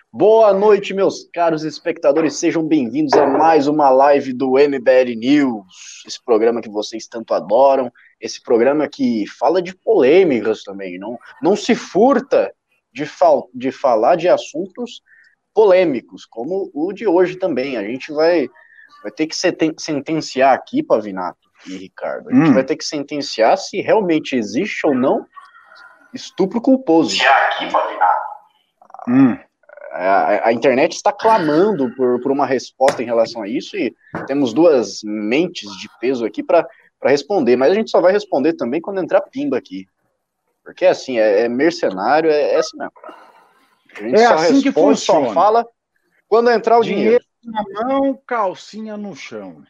Boa noite, meus caros espectadores, sejam bem-vindos a mais uma live do MBL News, esse programa que vocês tanto adoram, esse programa que fala de polêmicas também, não se furta de falar de assuntos polêmicos, como o de hoje também. A gente vai ter que sentenciar aqui, Pavinato e Ricardo, a gente vai ter que sentenciar se realmente existe ou não estupro culposo. Aqui, Pavinato. A internet está clamando por uma resposta em relação a isso e temos duas mentes de peso aqui para responder, mas a gente só vai responder também quando entrar pimba aqui, porque assim, é mercenário, é assim mesmo. A gente só assim responde, que funciona. só fala quando entrar o dinheiro. Na mão, calcinha no chão.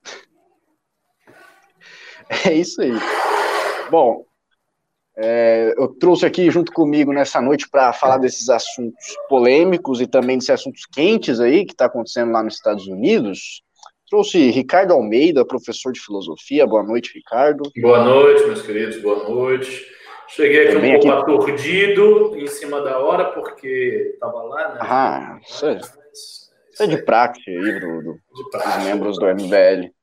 É isso aí. Bom, eu trouxe aqui junto comigo nessa noite para falar desses assuntos polêmicos e também desses assuntos quentes aí que está acontecendo lá nos Estados Unidos. Trouxe Ricardo Almeida, professor de filosofia. Boa noite, Ricardo. Boa noite, meus queridos, boa noite. Cheguei aqui também um pouco aturdido em cima da hora, porque estava lá, né? Isso é de praxe aí dos membros do MBL.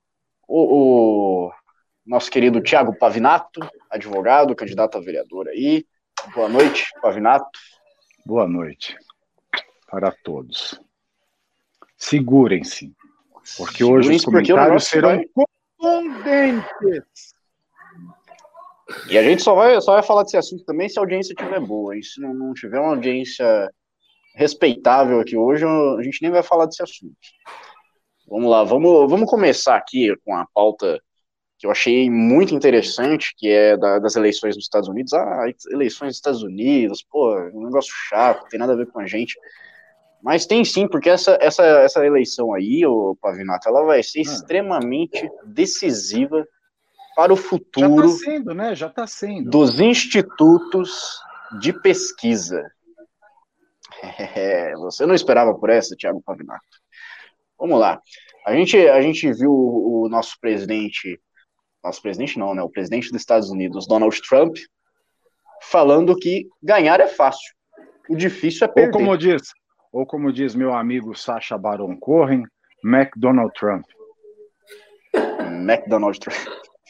O nosso querido Thiago Pavinato, advogado, candidato a vereador aí. Boa noite, Pavinato. Boa noite para todos. Segurem-se, porque hoje os comentários serão contundentes. E a gente só vai falar desse assunto também se a audiência estiver boa. E se não tiver uma audiência respeitável aqui hoje, a gente nem vai falar desse assunto. Vamos lá, vamos começar aqui com a pauta que eu achei muito interessante, que é das eleições dos Estados Unidos. Eleições dos Estados Unidos, pô, um negócio chato, não tem nada a ver com a gente. Mas tem sim, porque essa eleição aí, ô Pavinato, ela vai ser extremamente decisiva para o futuro já tá sendo, né? Já tá sendo. Dos institutos de pesquisa. Você não esperava por essa, Thiago Pavinato? Vamos lá. A gente viu o nosso presidente não, né? O presidente dos Estados Unidos, Donald Trump, falando que ganhar é fácil. O difícil é perder. Ou como diz meu amigo Sacha Baron Cohen, McDonald Trump. McDonald Trump.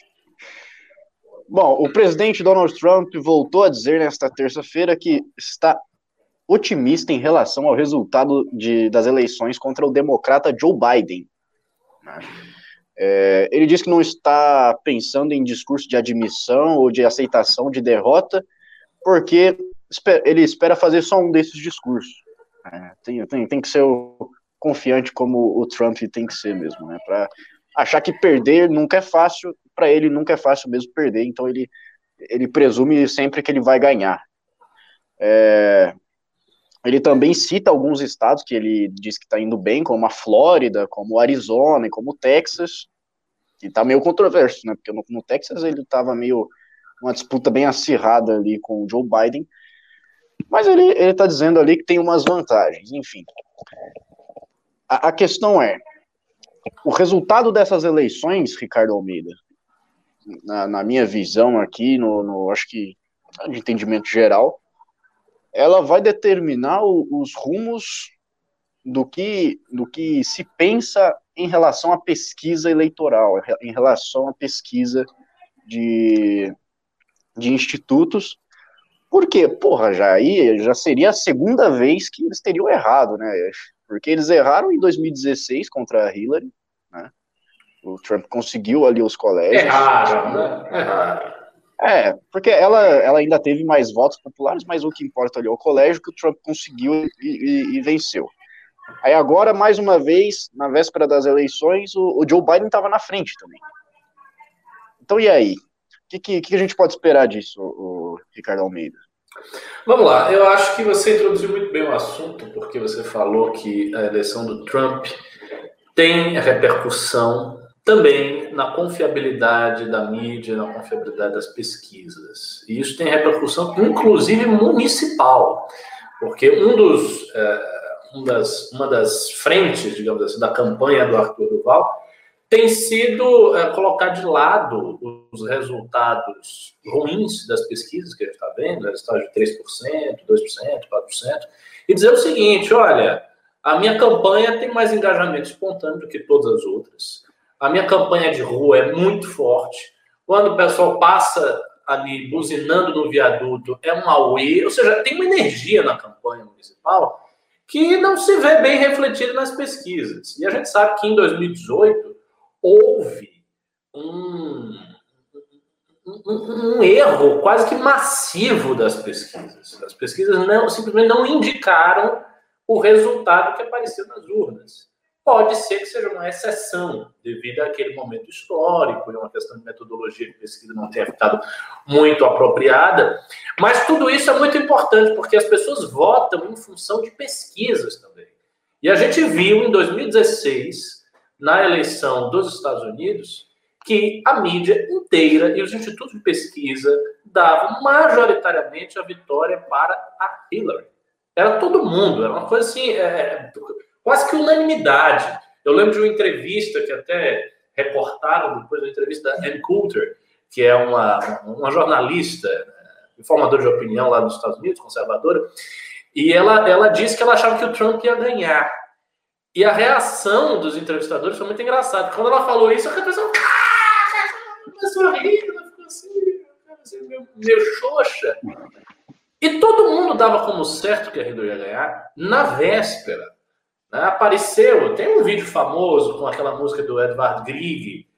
Bom, o presidente Donald Trump voltou a dizer nesta terça-feira que está otimista em relação ao resultado das eleições contra o democrata Joe Biden. Ele disse que não está pensando em discurso de admissão ou de aceitação de derrota, porque ele espera fazer só um desses discursos. Tem que ser confiante como o Trump tem que ser mesmo, né? Para achar que perder nunca é fácil, para ele nunca é fácil mesmo perder, então ele presume sempre que ele vai ganhar. Ele também cita alguns estados que ele diz que está indo bem, como a Flórida, como o Arizona e como o Texas, que está meio controverso, né? Porque no Texas ele estava meio uma disputa bem acirrada ali com o Joe Biden, mas ele está dizendo ali que tem umas vantagens, enfim. A questão é, o resultado dessas eleições, Ricardo Almeida, na minha visão aqui, acho que de entendimento geral, ela vai determinar os rumos do que se pensa em relação à pesquisa eleitoral, em relação à pesquisa de institutos, porque, já seria a segunda vez que eles teriam errado, né? Porque eles erraram em 2016 contra a Hillary, né? O Trump conseguiu ali os colégios. Erraram. Porque ela ainda teve mais votos populares, mas o que importa ali é o colégio que o Trump conseguiu e venceu. Aí agora, mais uma vez, na véspera das eleições, o Joe Biden estava na frente também. Então, e aí? O que a gente pode esperar disso, o Ricardo Almeida? Vamos lá, eu acho que você introduziu muito bem o assunto, porque você falou que a eleição do Trump tem repercussão também na confiabilidade da mídia, na confiabilidade das pesquisas. E isso tem repercussão, inclusive, municipal, porque uma das frentes, digamos assim, da campanha do Arthur Duval tem sido colocar de lado os resultados ruins das pesquisas que a gente está vendo, resultados de 3%, 2%, 4%, e dizer o seguinte, olha, a minha campanha tem mais engajamento espontâneo do que todas as outras, a minha campanha de rua é muito forte, quando o pessoal passa ali buzinando no viaduto, é um auê, ou seja, tem uma energia na campanha municipal que não se vê bem refletida nas pesquisas. E a gente sabe que em 2018 houve um erro quase que massivo das pesquisas. As pesquisas simplesmente não indicaram o resultado que apareceu nas urnas. Pode ser que seja uma exceção, devido àquele momento histórico, e uma questão de metodologia de pesquisa não tenha ficado muito apropriada, mas tudo isso é muito importante, porque as pessoas votam em função de pesquisas também. E a gente viu em 2016, na eleição dos Estados Unidos, que a mídia inteira e os institutos de pesquisa davam majoritariamente a vitória para a Hillary. Era todo mundo, era uma coisa assim, quase que unanimidade. Eu lembro de uma entrevista que até reportaram depois da entrevista da Ann Coulter, que é uma jornalista, informadora de opinião lá nos Estados Unidos, conservadora, e ela disse que ela achava que o Trump ia ganhar. E a reação dos entrevistadores foi muito engraçada. Quando ela falou isso, a pessoa começou a rir, ela ficou assim meio xoxa. E todo mundo dava como certo que a Hillary ia ganhar na véspera. Né? Apareceu, tem um vídeo famoso com aquela música do Edvard Grieg,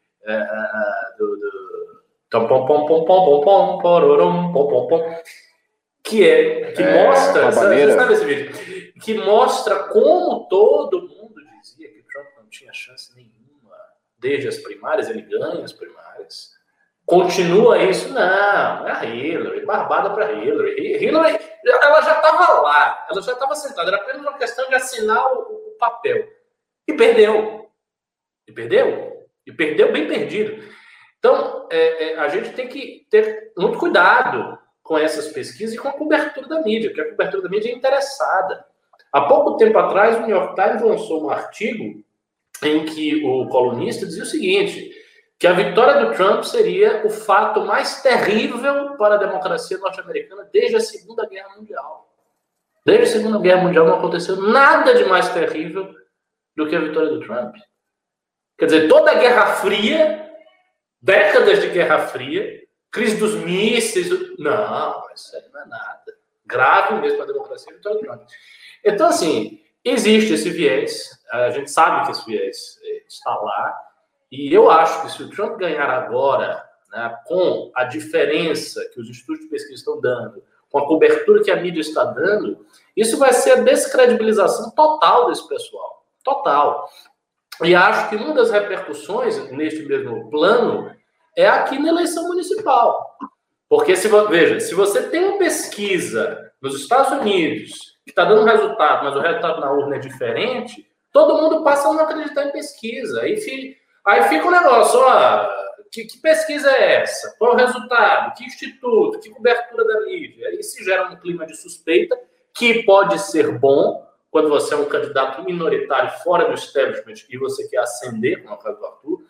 que mostra, você sabe esse vídeo, que mostra como todo mundo dizia que o Trump não tinha chance nenhuma desde as primárias, ele ganha as primárias. Continua isso? Não, é a Hillary, barbada para Hillary. Hillary, ela já estava lá, ela já estava sentada, era apenas uma questão de assinar o papel. E perdeu. E perdeu bem perdido. Então, a gente tem que ter muito cuidado com essas pesquisas e com a cobertura da mídia, porque a cobertura da mídia é interessada. Há pouco tempo atrás, o New York Times lançou um artigo em que o colunista dizia o seguinte, que a vitória do Trump seria o fato mais terrível para a democracia norte-americana desde a Segunda Guerra Mundial. Desde a Segunda Guerra Mundial não aconteceu nada de mais terrível do que a vitória do Trump. Quer dizer, toda a Guerra Fria, décadas de Guerra Fria, crise dos mísseis... Não, isso aí não é nada. Grave mesmo para a democracia, a vitória do Trump. Então, assim, existe esse viés, a gente sabe que esse viés está lá, e eu acho que se o Trump ganhar agora, né, com a diferença que os institutos de pesquisa estão dando, com a cobertura que a mídia está dando, isso vai ser a descredibilização total desse pessoal. Total. E acho que uma das repercussões neste mesmo plano é aqui na eleição municipal. Porque, se você tem uma pesquisa nos Estados Unidos que está dando resultado, mas o resultado na urna é diferente, todo mundo passa a não acreditar em pesquisa. Aí fica um negócio, que pesquisa é essa? Qual é o resultado? Que instituto? Que cobertura da mídia? Aí se gera um clima de suspeita, que pode ser bom quando você é um candidato minoritário fora do establishment e você quer ascender, como é o caso do Arthur.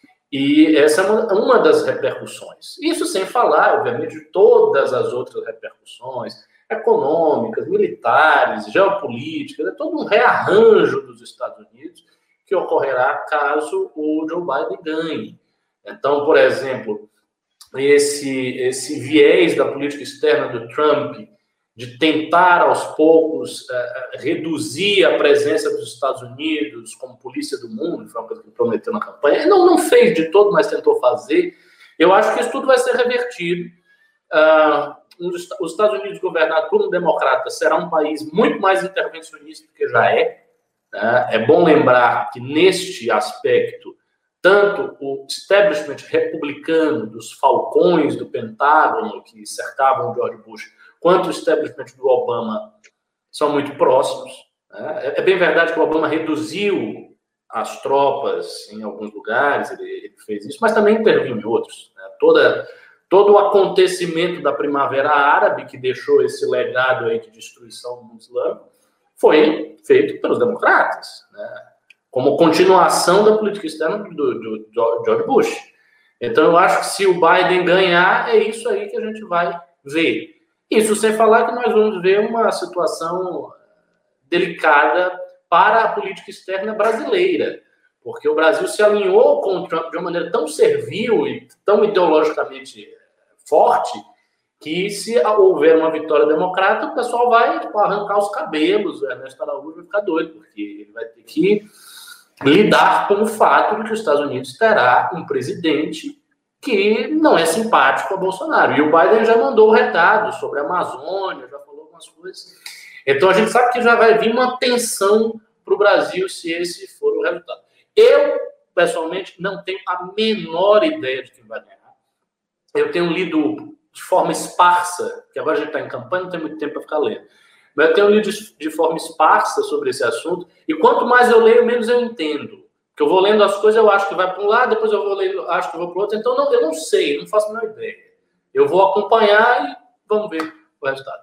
E essa é uma das repercussões. Isso sem falar, obviamente, de todas as outras repercussões econômicas, militares, geopolíticas, é todo um rearranjo dos Estados Unidos que ocorrerá caso o Joe Biden ganhe. Então, por exemplo, esse viés da política externa do Trump de tentar, aos poucos, reduzir a presença dos Estados Unidos como polícia do mundo, foi uma coisa que ele prometeu na campanha, ele não fez de todo, mas tentou fazer. Eu acho que isso tudo vai ser revertido. Os Estados Unidos, governado por um democrata, será um país muito mais intervencionista do que já é. É bom lembrar que, neste aspecto, tanto o establishment republicano dos falcões do Pentágono, que cercavam George Bush, quanto o establishment do Obama são muito próximos. É bem verdade que o Obama reduziu as tropas em alguns lugares, ele fez isso, mas também interviu em outros. Todo o acontecimento da Primavera Árabe, que deixou esse legado aí de destruição do mundo islâmico, foi feito pelos democratas. como continuação da política externa do George Bush. Então, eu acho que se o Biden ganhar, é isso aí que a gente vai ver. Isso sem falar que nós vamos ver uma situação delicada para a política externa brasileira, porque o Brasil se alinhou com o Trump de uma maneira tão servil e tão ideologicamente forte que, se houver uma vitória democrata, o pessoal vai arrancar os cabelos, o Ernesto Araújo vai ficar doido, porque ele vai ter que lidar com o fato de que os Estados Unidos terá um presidente que não é simpático a Bolsonaro. E o Biden já mandou o recado sobre a Amazônia, já falou algumas coisas. Então a gente sabe que já vai vir uma tensão para o Brasil se esse for o resultado. Eu, pessoalmente, não tenho a menor ideia de quem vai ganhar. Eu tenho lido de forma esparsa, que agora a gente está em campanha, não tem muito tempo para ficar lendo, mas eu tenho lido de forma esparsa sobre esse assunto, e quanto mais eu leio, menos eu entendo. Porque eu vou lendo as coisas, eu acho que vai para um lado, depois eu vou lendo, acho que vou para o outro, então eu não sei, não faço a menor ideia. Eu vou acompanhar e vamos ver o resultado.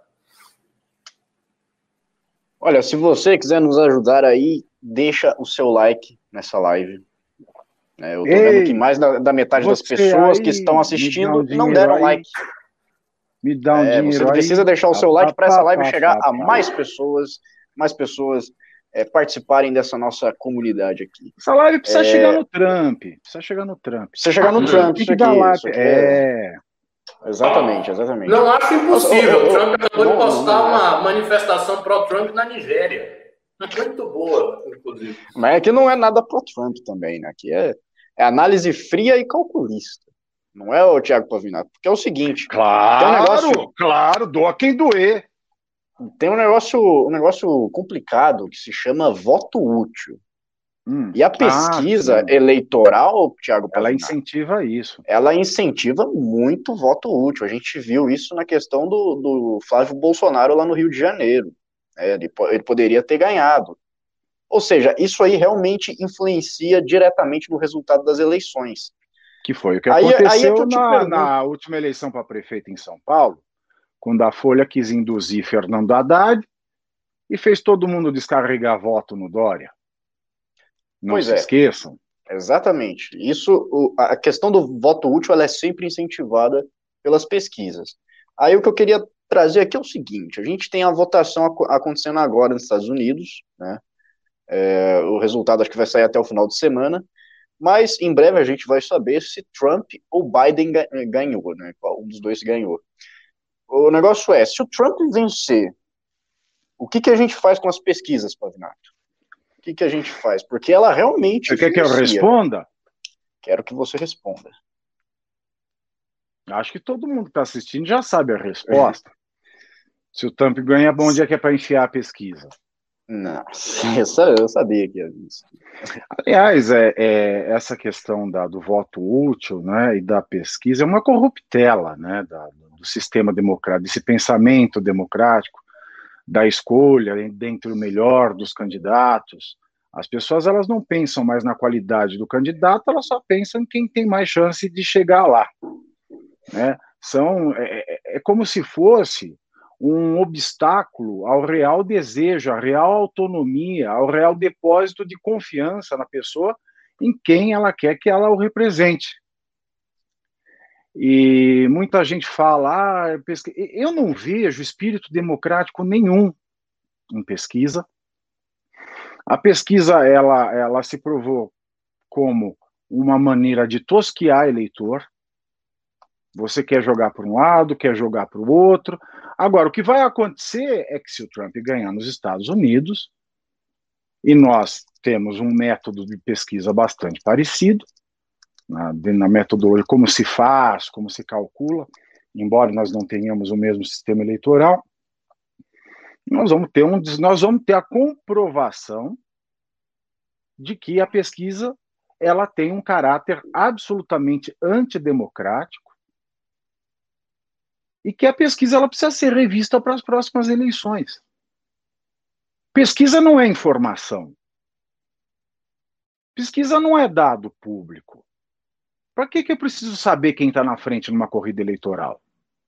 Olha, se você quiser nos ajudar aí, deixa o seu like nessa live. Eu tô vendo que mais da metade das pessoas que estão assistindo não deram like. Me dá um dinheiro. Você precisa deixar o seu like para essa live chegar a mais pessoas participarem dessa nossa comunidade aqui. Essa live precisa chegar no Trump. Precisa chegar no Trump. Precisa chegar no Trump, isso aqui. Exatamente. Não acho impossível. O Trump acabou de postar uma manifestação pró-Trump na Nigéria. Muito boa, inclusive. Mas aqui não é nada pró-Trump também, né? Aqui é análise fria e calculista. Não é o Thiago Pavinato. Porque é o seguinte... Claro, doa quem doer. Tem um negócio complicado que se chama voto útil. E a pesquisa eleitoral, Thiago Pavinato, ela incentiva isso. Ela incentiva muito voto útil. A gente viu isso na questão do Flávio Bolsonaro lá no Rio de Janeiro. Ele poderia ter ganhado. Ou seja, isso aí realmente influencia diretamente no resultado das eleições. Que foi o que aconteceu na última eleição para prefeito em São Paulo, quando a Folha quis induzir Fernando Haddad e fez todo mundo descarregar voto no Dória. Não se esqueçam. Exatamente. A questão do voto útil ela é sempre incentivada pelas pesquisas. Aí o que eu queria trazer aqui é o seguinte: a gente tem a votação acontecendo agora nos Estados Unidos, né? O resultado acho que vai sair até o final de semana, mas em breve a gente vai saber se Trump ou Biden ganhou, né? Qual um dos dois ganhou. O negócio é, se o Trump vencer, o que a gente faz com as pesquisas, Pavinato? O que a gente faz? Porque ela realmente... Você quer que eu responda? Quero que você responda. Acho que todo mundo que está assistindo já sabe a resposta. Se o Trump ganha, bom dia que é para enfiar a pesquisa. Não, eu sabia que ia isso. Aliás, essa questão do voto útil, né, e da pesquisa é uma corruptela, né, do sistema democrático, desse pensamento democrático, da escolha dentre o melhor dos candidatos. As pessoas elas não pensam mais na qualidade do candidato, elas só pensam em quem tem mais chance de chegar lá. Né? É como se fosse um obstáculo ao real desejo, à real autonomia, ao real depósito de confiança na pessoa em quem ela quer que ela o represente. E muita gente fala, eu não vejo espírito democrático nenhum em pesquisa. A pesquisa, ela se provou como uma maneira de tosquear eleitor. Você quer jogar para um lado, quer jogar para o outro. Agora, o que vai acontecer é que se o Trump ganhar nos Estados Unidos, e nós temos um método de pesquisa bastante parecido, na metodologia, como se faz, como se calcula, embora nós não tenhamos o mesmo sistema eleitoral, nós vamos ter a comprovação de que a pesquisa ela tem um caráter absolutamente antidemocrático e que a pesquisa ela precisa ser revista para as próximas eleições. Pesquisa não é informação. Pesquisa não é dado público. Para que eu preciso saber quem está na frente numa corrida eleitoral?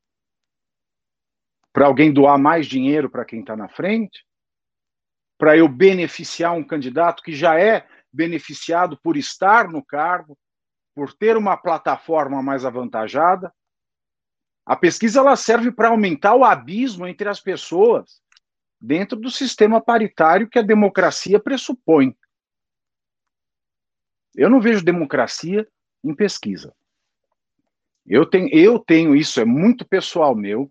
Para alguém doar mais dinheiro para quem está na frente? Para eu beneficiar um candidato que já é beneficiado por estar no cargo, por ter uma plataforma mais avantajada. A pesquisa ela serve para aumentar o abismo entre as pessoas dentro do sistema paritário que a democracia pressupõe. Eu não vejo democracia em pesquisa. Eu tenho isso, é muito pessoal meu,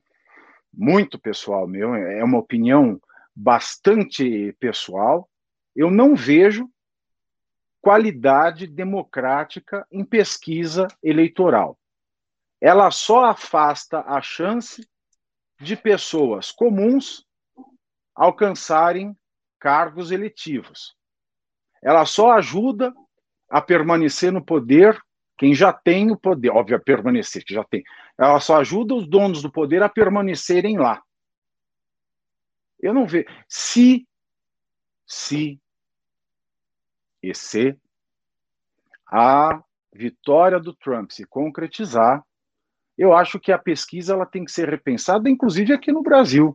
é uma opinião bastante pessoal. Eu não vejo qualidade democrática em pesquisa eleitoral. Ela só afasta a chance de pessoas comuns alcançarem cargos eletivos. Ela só ajuda a permanecer no poder quem já tem o poder, óbvio, a permanecer, que já tem. Ela só ajuda os donos do poder a permanecerem lá. Eu não vejo. Se a vitória do Trump se concretizar, eu acho que a pesquisa ela tem que ser repensada, inclusive aqui no Brasil.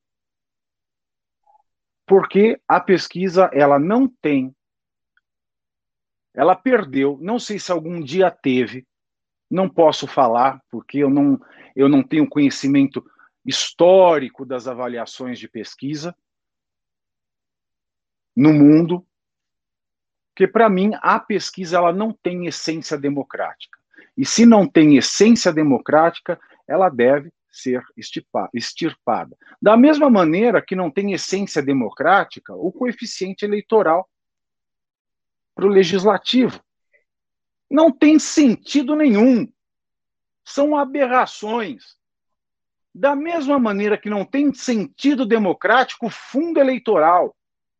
Porque a pesquisa ela não tem, ela perdeu, não sei se algum dia teve, não posso falar, porque eu não tenho conhecimento histórico das avaliações de pesquisa no mundo, porque para mim a pesquisa ela não tem essência democrática. E se não tem essência democrática, ela deve ser extirpada. Da mesma maneira que não tem essência democrática o coeficiente eleitoral para o legislativo. Não tem sentido nenhum. São aberrações. Da mesma maneira que não tem sentido democrático o fundo eleitoral.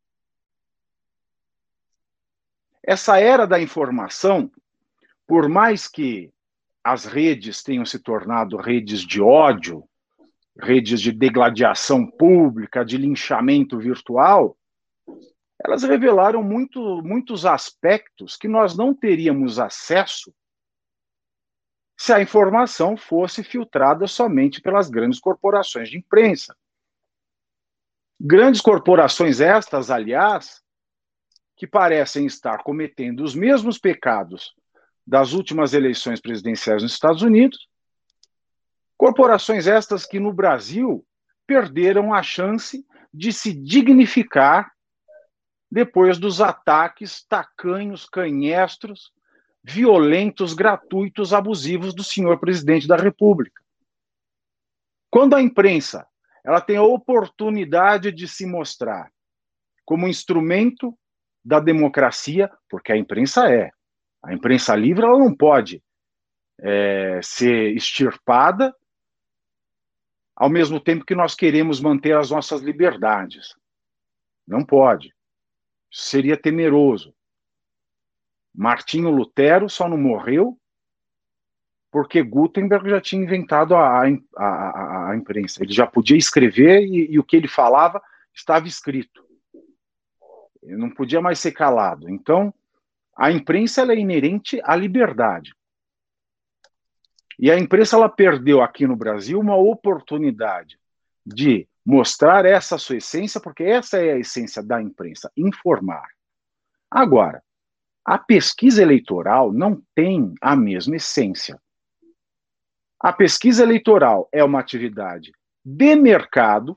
Essa era da informação, por mais que as redes tenham se tornado redes de ódio, redes de degladiação pública, de linchamento virtual, elas revelaram muitos aspectos que nós não teríamos acesso se a informação fosse filtrada somente pelas grandes corporações de imprensa. Grandes corporações estas, aliás, que parecem estar cometendo os mesmos pecados das últimas eleições presidenciais nos Estados Unidos, corporações estas que no Brasil perderam a chance de se dignificar depois dos ataques tacanhos, canhestros, violentos, gratuitos, abusivos do senhor presidente da República. Quando a imprensa ela tem a oportunidade de se mostrar como instrumento da democracia, porque a imprensa livre ela não pode ser extirpada ao mesmo tempo que nós queremos manter as nossas liberdades. Não pode. Isso seria temeroso. Martinho Lutero só não morreu porque Gutenberg já tinha inventado a imprensa. Ele já podia escrever e o que ele falava estava escrito. Ele não podia mais ser calado. Então, a imprensa ela é inerente à liberdade. E a imprensa ela perdeu aqui no Brasil uma oportunidade de mostrar essa sua essência, porque essa é a essência da imprensa, informar. Agora, a pesquisa eleitoral não tem a mesma essência. A pesquisa eleitoral é uma atividade de mercado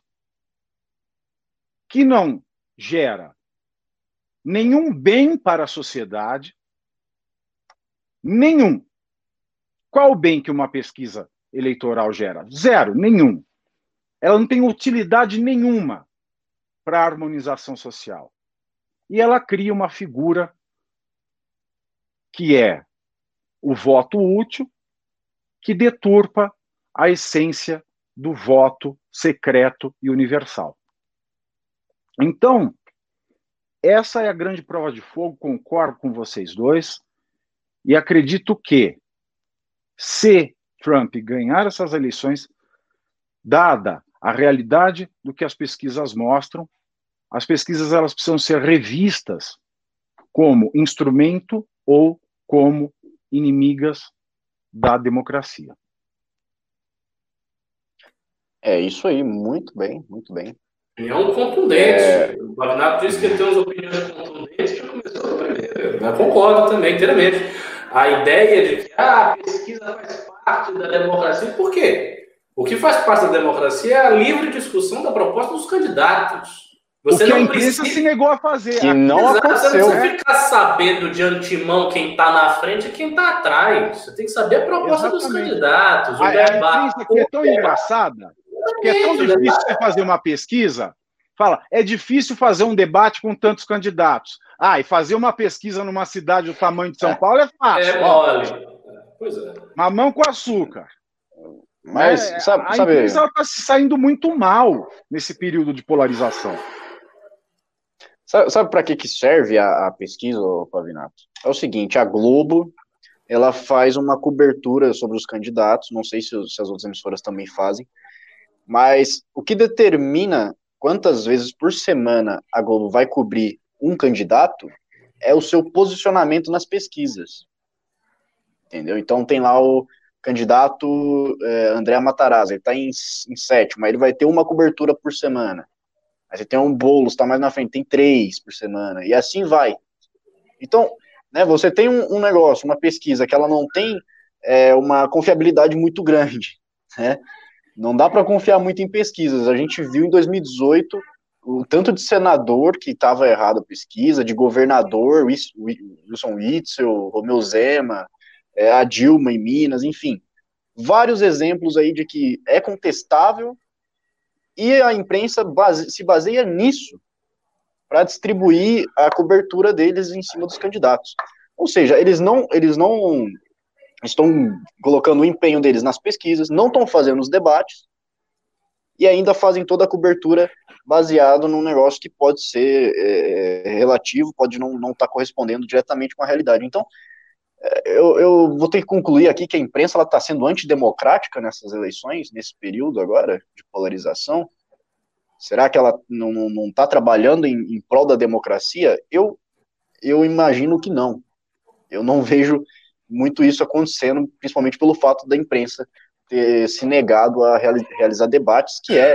que não gera nenhum bem para a sociedade, nenhum. Qual o bem que uma pesquisa eleitoral gera? Zero, nenhum. Ela não tem utilidade nenhuma para a harmonização social. E ela cria uma figura que é o voto útil, que deturpa a essência do voto secreto e universal. Então, essa é a grande prova de fogo, concordo com vocês dois, e acredito que, se Trump ganhar essas eleições, dada a realidade do que as pesquisas mostram, as pesquisas elas precisam ser revistas como instrumento ou como inimigas da democracia. É isso aí, muito bem, muito bem. Opinião contundente. O Pavinato disse que ele tem umas opiniões contundentes, já começou a primeira. Eu concordo também, inteiramente. A ideia de que a pesquisa faz parte da democracia, por quê? O que faz parte da democracia é a livre discussão da proposta dos candidatos. Você o que a imprensa se negou a fazer. Que não aconteceu. Você não precisa ficar sabendo de antemão quem está na frente e quem está atrás. Você tem que saber a proposta dos candidatos. A imprensa que é tão engraçada, que é tão difícil você fazer uma pesquisa. Fala, é difícil fazer um debate com tantos candidatos. E fazer uma pesquisa numa cidade do tamanho de São Paulo é fácil. É mole. Pois é. Mamão com açúcar. Mas, a imprensa está se saindo muito mal nesse período de polarização. Sabe para que serve a pesquisa, Pavinato? É o seguinte, a Globo, ela faz uma cobertura sobre os candidatos, não sei se as outras emissoras também fazem, mas o que determina quantas vezes por semana a Globo vai cobrir um candidato é o seu posicionamento nas pesquisas. Entendeu? Então tem lá o candidato André Matarazzo, ele está em sétimo, aí ele vai ter uma cobertura por semana. Aí você tem um Boulos, está mais na frente, tem 3 por semana, e assim vai. Então, né, você tem um negócio, uma pesquisa que ela não tem uma confiabilidade muito grande, né? Não dá para confiar muito em pesquisas. A gente viu em 2018 o tanto de senador que estava errado a pesquisa, de governador, Wilson Witzel, Romeu Zema, a Dilma em Minas, enfim. Vários exemplos aí de que é contestável e a imprensa se baseia nisso para distribuir a cobertura deles em cima dos candidatos. Ou seja, eles não estão colocando o empenho deles nas pesquisas, não estão fazendo os debates e ainda fazem toda a cobertura baseado num negócio que pode ser relativo, pode não estar correspondendo diretamente com a realidade. Então, eu vou ter que concluir aqui que a imprensa está sendo antidemocrática nessas eleições, nesse período agora de polarização. Será que ela não está trabalhando em prol da democracia? Eu imagino que não. Eu não vejo muito isso acontecendo, principalmente pelo fato da imprensa ter se negado a realizar debates, que é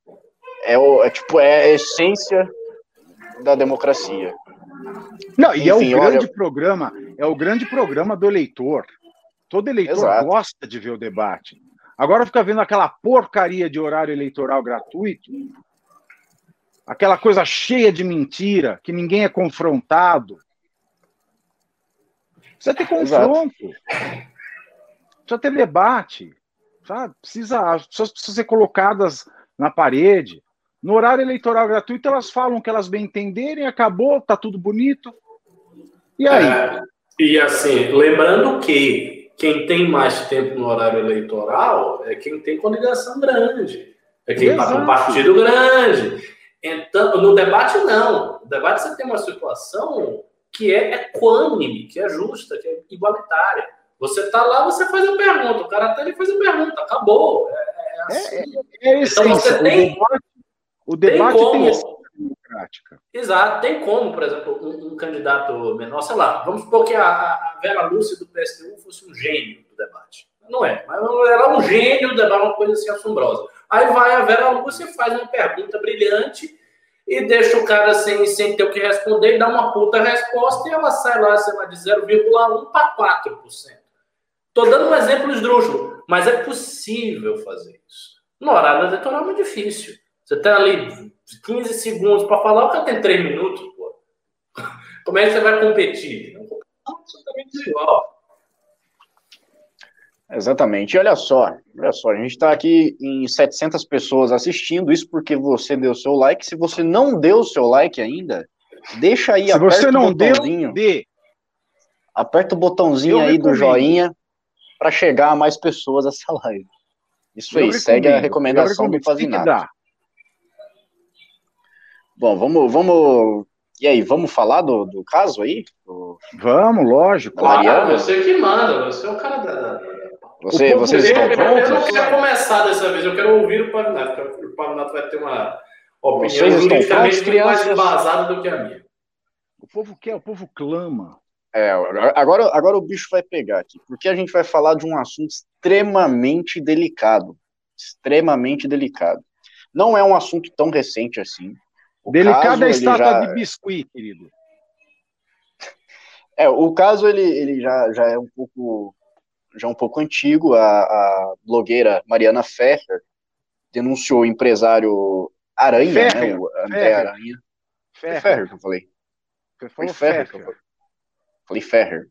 a essência da democracia. Não, e enfim, é o grande programa do eleitor. Todo eleitor gosta de ver o debate. Agora fica vendo aquela porcaria de horário eleitoral gratuito, aquela coisa cheia de mentira, que ninguém é confrontado. Precisa ter confronto. Precisa ter debate. Sabe? As pessoas precisam ser colocadas na parede. No horário eleitoral gratuito, elas falam que elas bem entenderem, acabou, tá tudo bonito. E aí? E assim, lembrando que quem tem mais tempo no horário eleitoral é quem tem coligação grande. É quem está com partido grande. Então, no debate, não. No debate você tem uma situação que é equânime, que é justa, que é igualitária. Você está lá, você faz a pergunta. O cara ele faz a pergunta. Acabou. Assim. Então você tem... O debate tem essência democrática. Exato. Tem como, por exemplo, um candidato menor, sei lá, vamos supor que a Vera Lúcia do PSTU fosse um gênio do debate. Não é, mas ela é um gênio do debate, uma coisa assim assombrosa. Aí vai a Vera Lúcia e faz uma pergunta brilhante e deixa o cara sem ter o que responder e dá uma puta resposta e ela sai lá, sei lá, de 0,1 para 4%. Estou dando um exemplo esdrúxulo, mas é possível fazer isso. No horário eleitoral é muito difícil. Você tem ali 15 segundos para falar, o cara tem 3 minutos, pô. Como é que você vai competir? Não, absolutamente desigual. Exatamente. E olha só, a gente está aqui em 700 pessoas assistindo, isso porque você deu seu like. Se você não deu seu like ainda, deixa aí, aperta o botãozinho. Aperta o botãozinho aí do joinha para chegar a mais pessoas essa live. Isso aí, segue a recomendação do Pavinato. Bom, vamos... E aí, vamos falar do caso aí? Vamos, lógico. Você que manda, você é o cara da... Vocês estão prontos? Eu não quero começar dessa vez, eu quero ouvir o Pavinato, porque o Pavinato vai ter uma opinião juridicamente mais embasada do que a minha. O povo quer, o povo clama. Agora o bicho vai pegar aqui, porque a gente vai falar de um assunto extremamente delicado. Extremamente delicado. Não é um assunto tão recente assim. Delicado é a estátua de biscuit, querido. O caso ele já é um pouco antigo. A blogueira Mariana Ferrer denunciou o empresário Aranha, Ferrer, né? O André Aranha. Foi Ferrer que eu falei. Foi Ferrer que eu falei. Falei Ferrer.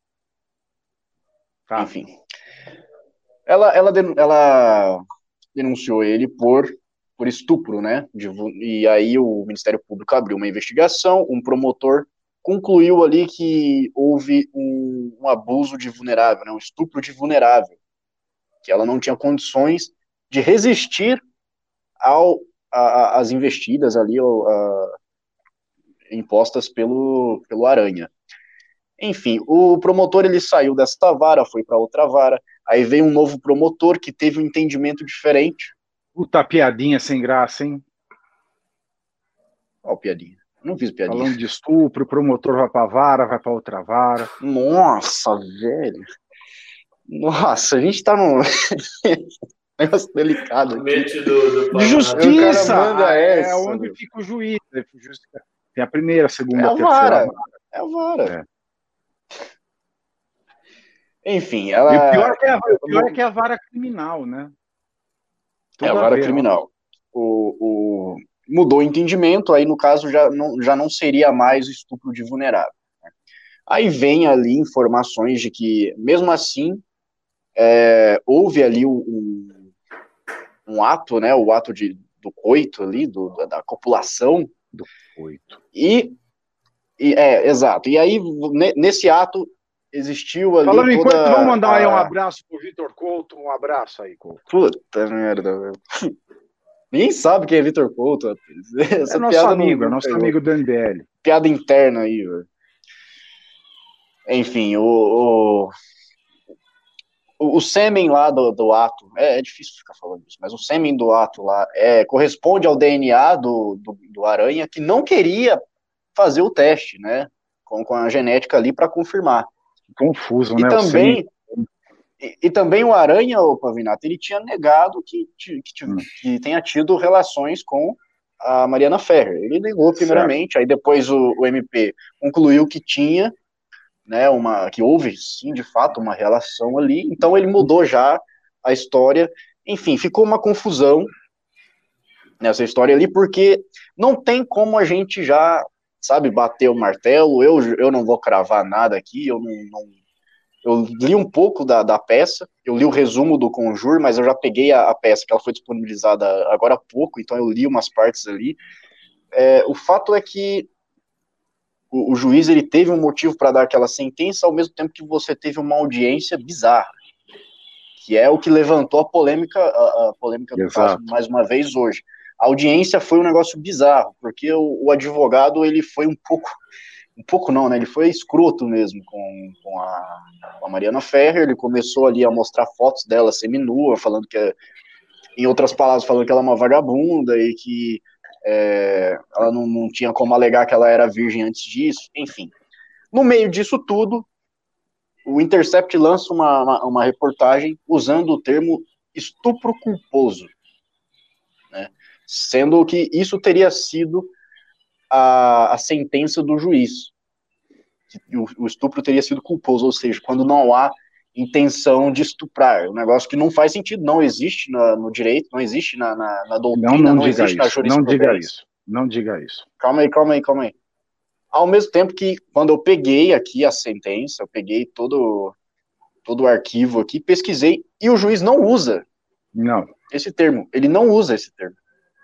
Tá. Enfim. Ela denunciou ele por estupro, né? E aí o Ministério Público abriu uma investigação, um promotor concluiu ali que houve um abuso de vulnerável, né? Um estupro de vulnerável, que ela não tinha condições de resistir às investidas ali impostas pelo Aranha. Enfim, o promotor ele saiu desta vara, foi para outra vara, aí veio um novo promotor que teve um entendimento diferente. Puta piadinha sem graça, hein? Ó, piadinha. Não fiz piadinha. Falando de estupro, o promotor vai pra vara, vai pra outra vara. Nossa, velho. Nossa, a gente tá num negócio delicado aqui. De justiça! É onde fica o juiz. Tem a primeira, a segunda, a terceira vara. É a vara. Enfim, ela... E o pior é que é a vara criminal, né? Tudo a vara criminal. Mudou o entendimento, aí no caso já não seria mais estupro de vulnerável. Né? Aí vem ali informações de que, mesmo assim, houve ali um ato, né? O ato do coito ali, da copulação. Do coito. Exato. E aí, nesse ato, existiu ali falando enquanto, vamos mandar aí um abraço pro Vitor Couto, um abraço aí, Couto. Puta merda, velho. Ninguém sabe quem é Vitor Couto. É nosso amigo do MBL. Piada interna aí, velho. Enfim, o sêmen lá do ato, é difícil ficar falando isso, mas o sêmen do ato lá corresponde ao DNA do Aranha, que não queria fazer o teste, né, com a genética ali para confirmar. Confuso, e né? Também o Aranha, o Pavinato, ele tinha negado que tenha tido relações com a Mariana Ferrer. Ele negou primeiramente, certo. Aí depois o MP concluiu que tinha, né, que houve, sim, de fato, uma relação ali, então ele mudou já a história. Enfim, ficou uma confusão nessa história ali, porque não tem como a gente já, sabe, bater o martelo. Eu não vou cravar nada aqui, eu li um pouco da peça, eu li o resumo do Conjur, mas eu já peguei a peça, que ela foi disponibilizada agora há pouco, então eu li umas partes ali. O fato é que o juiz ele teve um motivo para dar aquela sentença, ao mesmo tempo que você teve uma audiência bizarra, que é o que levantou a polêmica do caso, mais uma vez hoje. A audiência foi um negócio bizarro, porque o advogado ele foi um pouco não, né? Ele foi escroto mesmo com a Mariana Ferrer. Ele começou ali a mostrar fotos dela seminua, falando que, em outras palavras, falando que ela é uma vagabunda e que ela não tinha como alegar que ela era virgem antes disso. Enfim, no meio disso tudo, o Intercept lança uma reportagem usando o termo estupro culposo, né? Sendo que isso teria sido a sentença do juiz. O estupro teria sido culposo, ou seja, quando não há intenção de estuprar, um negócio que não faz sentido, não existe no direito, não existe na doutrina, não existe na jurisprudência. Não diga isso. Calma aí. Ao mesmo tempo que, quando eu peguei aqui a sentença, eu peguei todo o arquivo aqui, pesquisei, e o juiz não usa esse termo, ele não usa esse termo.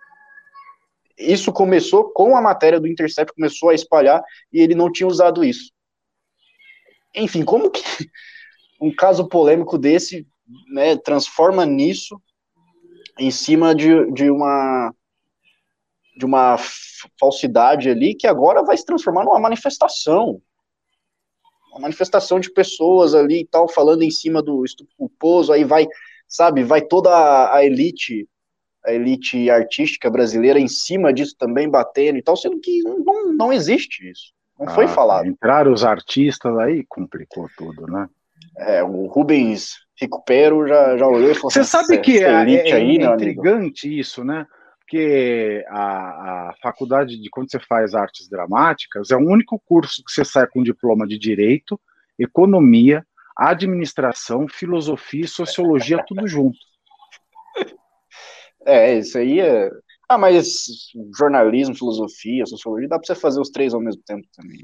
Isso começou com a matéria do Intercept, começou a espalhar, e ele não tinha usado isso. Enfim, como que um caso polêmico desse, né, transforma nisso, em cima de uma falsidade ali, que agora vai se transformar numa manifestação. Uma manifestação de pessoas ali e tal, falando em cima do estupro culposo, aí vai toda a elite artística brasileira em cima disso também, batendo e tal, sendo que não existe isso. Não foi falado. Entraram os artistas aí, complicou tudo, né? O Rubens Recupero já olhou e falou Você sabe que é aí, intrigante isso, né? porque a faculdade de quando você faz artes dramáticas é o único curso que você sai com diploma de direito, economia, administração, filosofia e sociologia, tudo junto. Isso aí é... mas jornalismo, filosofia, sociologia, dá pra você fazer os 3 ao mesmo tempo também.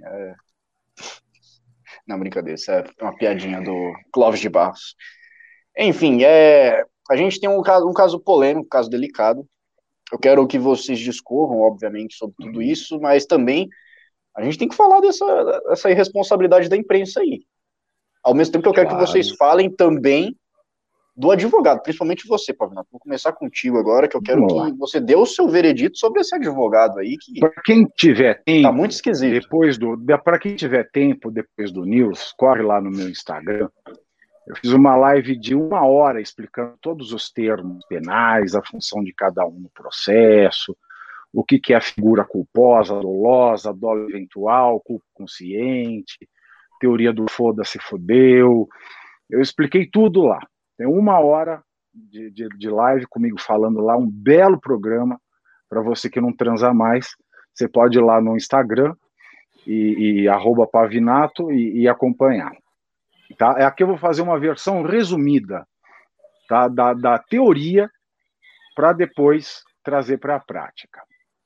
Não, brincadeira, isso é uma piadinha do Clóvis de Barros. Enfim, a gente tem um caso polêmico, um caso delicado. Eu quero que vocês discorram, obviamente, sobre tudo isso, mas também a gente tem que falar dessa irresponsabilidade da imprensa aí. Ao mesmo tempo que eu quero que vocês falem também do advogado, principalmente você, Pavinato. Vou começar contigo agora, que eu quero que você dê o seu veredito sobre esse advogado aí, que para quem tiver tempo, tá muito esquisito. Para quem tiver tempo depois do news, corre lá no meu Instagram. Eu fiz uma live de 1 hora explicando todos os termos penais, a função de cada um no processo, o que é a figura culposa, dolosa, dolo eventual, culpa consciente, teoria do foda-se fodeu. Eu expliquei tudo lá. Tem 1 hora de live comigo falando lá, um belo programa para você que não transa mais. Você pode ir lá no Instagram e @Pavinato e acompanhar. Tá? Aqui eu vou fazer uma versão resumida, tá? da teoria para depois trazer para a prática.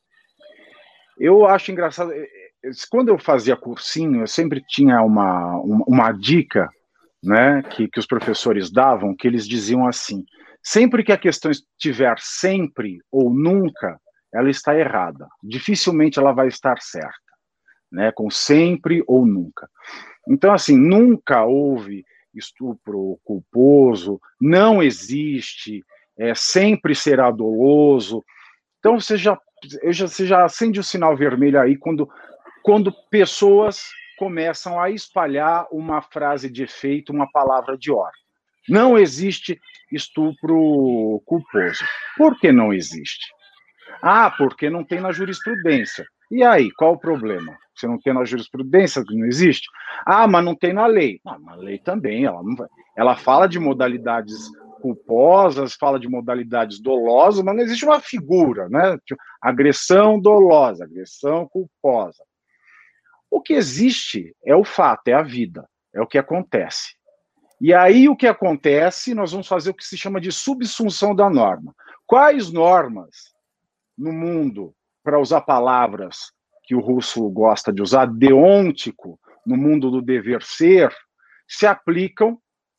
Eu acho engraçado, quando eu fazia cursinho, eu sempre tinha uma dica, né, que os professores davam, que eles diziam assim: sempre que a questão estiver sempre ou nunca, ela está errada. Dificilmente ela vai estar certa, né, com sempre ou nunca. Então, assim, nunca houve estupro culposo, não existe, sempre será doloso. Então, você já acende o sinal vermelho aí quando pessoas começam a espalhar uma frase de efeito, uma palavra de ordem. Não existe estupro culposo. Por que não existe? Porque não tem na jurisprudência. E aí, qual o problema? Você não tem na jurisprudência, não existe? Mas não tem na lei. Na lei também, ela fala de modalidades culposas, fala de modalidades dolosas, mas não existe uma figura, né? Agressão dolosa, agressão culposa. O que existe é o fato, é a vida, é o que acontece. E aí o que acontece, nós vamos fazer o que se chama de subsunção da norma. Quais normas no mundo, para usar palavras que o Russo gosta de usar, deôntico, no mundo do dever ser, se aplicam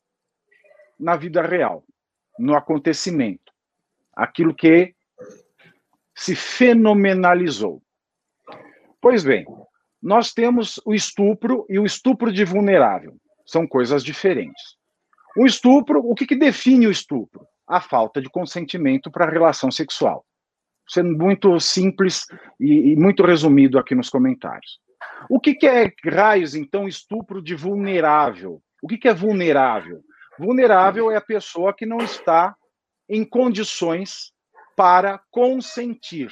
na vida real, no acontecimento, aquilo que se fenomenalizou. Pois bem, nós temos o estupro e o estupro de vulnerável. São coisas diferentes. O estupro, o que define o estupro? A falta de consentimento para a relação sexual. Sendo muito simples e muito resumido aqui nos comentários. O que é, raios, então, estupro de vulnerável? O que é vulnerável? Vulnerável é a pessoa que não está em condições para consentir.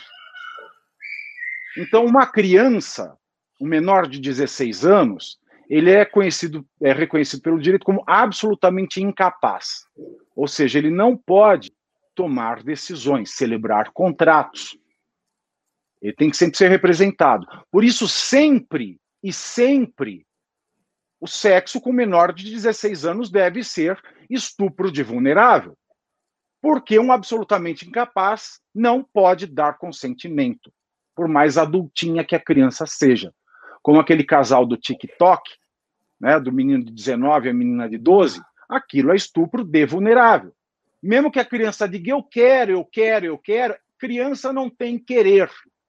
Então, uma criança, um menor de 16 anos, ele é reconhecido pelo direito como absolutamente incapaz. Ou seja, ele não pode tomar decisões, celebrar contratos. Ele tem que sempre ser representado. Por isso, sempre, o sexo com menor de 16 anos deve ser estupro de vulnerável. Porque um absolutamente incapaz não pode dar consentimento, por mais adultinha que a criança seja. Como aquele casal do TikTok, né, do menino de 19 e a menina de 12, aquilo é estupro de vulnerável. Mesmo que a criança diga, eu quero, criança não tem querer.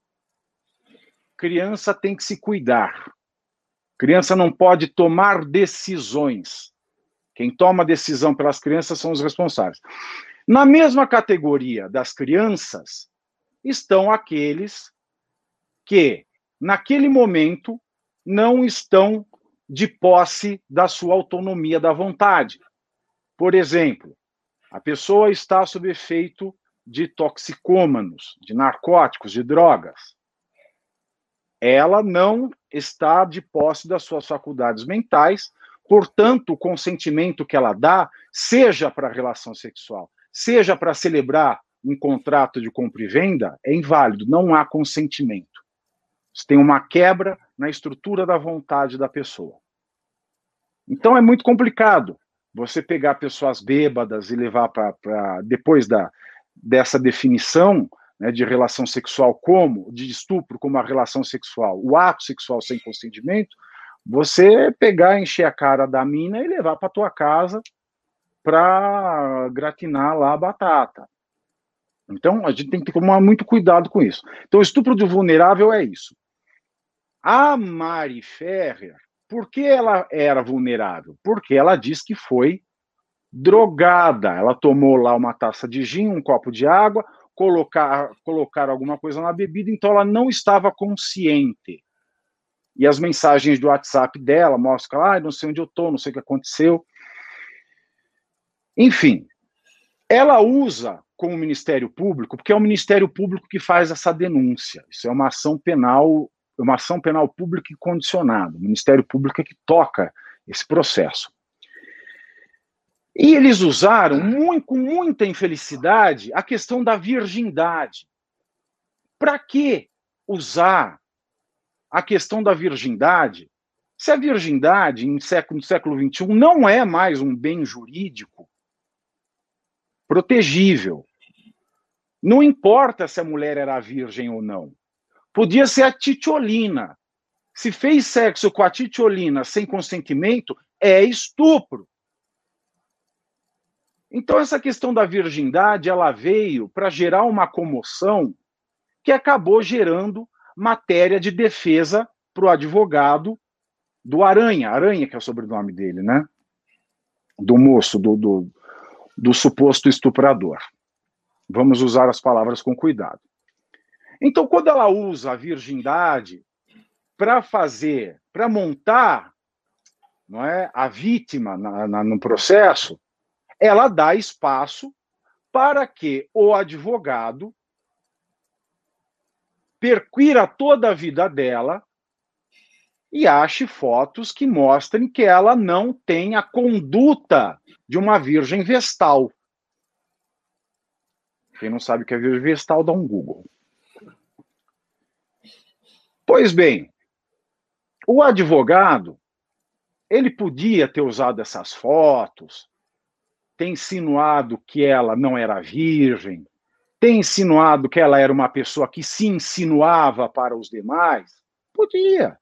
Criança tem que se cuidar. Criança não pode tomar decisões. Quem toma decisão pelas crianças são os responsáveis. Na mesma categoria das crianças estão aqueles que, naquele momento, não estão de posse da sua autonomia da vontade. Por exemplo, a pessoa está sob efeito de toxicômanos, de narcóticos, de drogas. Ela não está de posse das suas faculdades mentais, portanto, o consentimento que ela dá, seja para a relação sexual, seja para celebrar um contrato de compra e venda, é inválido, não há consentimento. Você tem uma quebra na estrutura da vontade da pessoa. Então é muito complicado você pegar pessoas bêbadas e levar para depois dessa definição, né, de relação sexual de estupro como a relação sexual, o ato sexual sem consentimento, você pegar, encher a cara da mina e levar para tua casa para gratinar lá a batata. Então, a gente tem que tomar muito cuidado com isso. Então, o estupro de vulnerável é isso. A Mari Ferrer, por que ela era vulnerável? Porque ela diz que foi drogada. Ela tomou lá uma taça de gin, um copo de água, colocar alguma coisa na bebida, então ela não estava consciente. E as mensagens do WhatsApp dela mostram, não sei onde eu estou, não sei o que aconteceu. Enfim, ela usa com o Ministério Público, porque é o Ministério Público que faz essa denúncia. Isso é uma ação penal pública e condicionada. O Ministério Público é que toca esse processo. E eles usaram, com muita infelicidade, a questão da virgindade. Para que usar a questão da virgindade, se a virgindade, no século XXI, não é mais um bem jurídico protegível? Não importa se a mulher era virgem ou não. Podia ser a titiolina. Se fez sexo com a titiolina sem consentimento, é estupro. Então, essa questão da virgindade, ela veio para gerar uma comoção que acabou gerando matéria de defesa para o advogado do Aranha, que é o sobrenome dele, né? Do moço, do suposto estuprador. Vamos usar as palavras com cuidado. Então, quando ela usa a virgindade para montar, não é, a vítima no processo, ela dá espaço para que o advogado perquira toda a vida dela e ache fotos que mostrem que ela não tem a conduta de uma virgem vestal. Quem não sabe o que é virgem vestal, dá um Google. Pois bem, o advogado, ele podia ter usado essas fotos, ter insinuado que ela não era virgem, ter insinuado que ela era uma pessoa que se insinuava para os demais. Podia.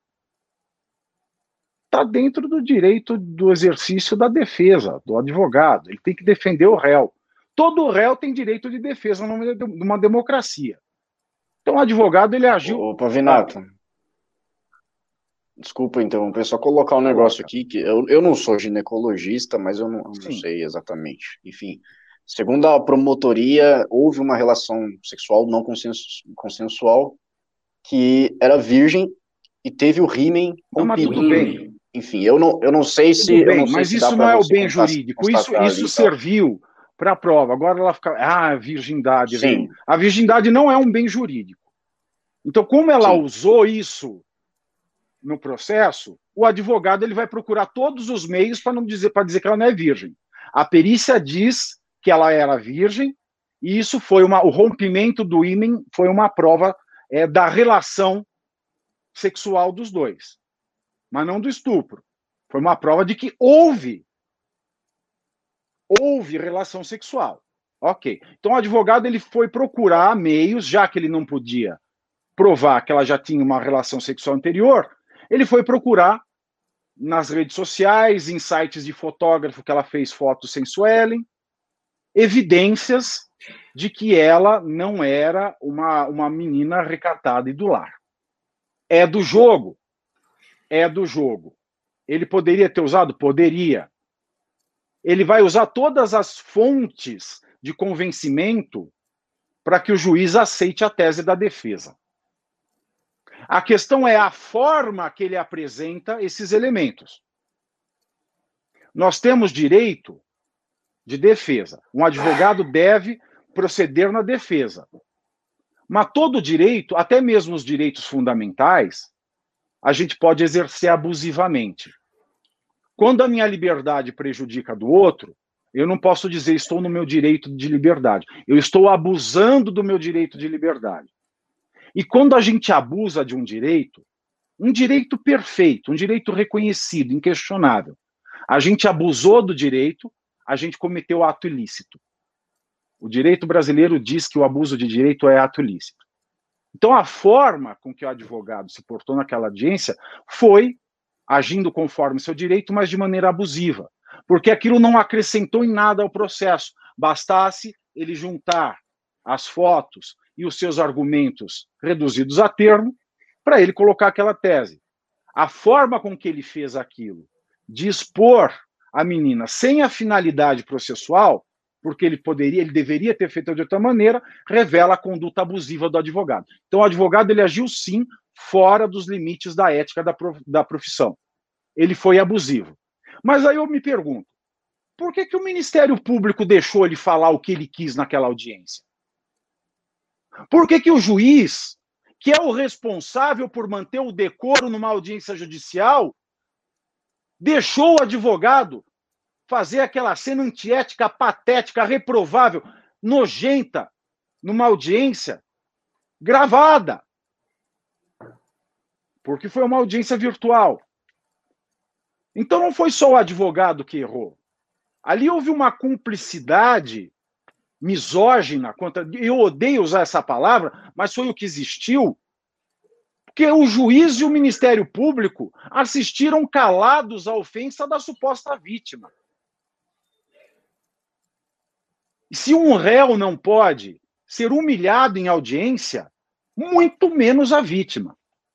Está dentro do direito do exercício da defesa, do advogado. Ele tem que defender o réu. Todo réu tem direito de defesa numa democracia. Então, o advogado, ele agiu... Ô, Pavinato, desculpa interromper, só colocar um negócio aqui, que eu não sou ginecologista, mas eu não sei exatamente. Enfim, segundo a promotoria, houve uma relação sexual não consensual que era virgem e teve o rímen rompido. Tudo bem. Enfim, eu não sei se... Bem, mas isso não é o bem jurídico, isso serviu para a prova. Agora ela fica... virgindade. Sim. A virgindade não é um bem jurídico. Então, como ela usou isso no processo, o advogado ele vai procurar todos os meios para dizer que ela não é virgem. A perícia diz que ela era virgem, e isso foi o rompimento do ímen foi uma prova da relação sexual dos dois, mas não do estupro. Foi uma prova de que houve relação sexual. Ok. Então o advogado ele foi procurar meios, já que ele não podia provar que ela já tinha uma relação sexual anterior, ele foi procurar nas redes sociais, em sites de fotógrafo que ela fez fotos sensuellen, evidências de que ela não era uma menina recatada e do lar. É do jogo. Ele poderia ter usado? Poderia. Ele vai usar todas as fontes de convencimento para que o juiz aceite a tese da defesa. A questão é a forma que ele apresenta esses elementos. Nós temos direito de defesa. Um advogado deve proceder na defesa. Mas todo direito, até mesmo os direitos fundamentais, a gente pode exercer abusivamente. Quando a minha liberdade prejudica a do outro, eu não posso dizer estou no meu direito de liberdade. Eu estou abusando do meu direito de liberdade. E quando a gente abusa de um direito perfeito, um direito reconhecido, inquestionável, a gente abusou do direito, a gente cometeu ato ilícito. O direito brasileiro diz que o abuso de direito é ato ilícito. Então, a forma com que o advogado se portou naquela audiência foi agindo conforme seu direito, mas de maneira abusiva, porque aquilo não acrescentou em nada ao processo. Bastasse ele juntar as fotos e os seus argumentos reduzidos a termo para ele colocar aquela tese. A forma com que ele fez aquilo, de expor a menina sem a finalidade processual, porque ele deveria ter feito de outra maneira, revela a conduta abusiva do advogado. Então, o advogado ele agiu, sim, fora dos limites da ética da profissão. Ele foi abusivo. Mas aí eu me pergunto, por que o Ministério Público deixou ele falar o que ele quis naquela audiência? Por que o juiz, que é o responsável por manter o decoro numa audiência judicial, deixou o advogado fazer aquela cena antiética, patética, reprovável, nojenta, numa audiência gravada? Porque foi uma audiência virtual. Então não foi só o advogado que errou. Ali houve uma cumplicidade misógina, eu odeio usar essa palavra, mas foi o que existiu, porque o juiz e o Ministério Público assistiram calados à ofensa da suposta vítima. E se um réu não pode ser humilhado em audiência, muito menos a vítima.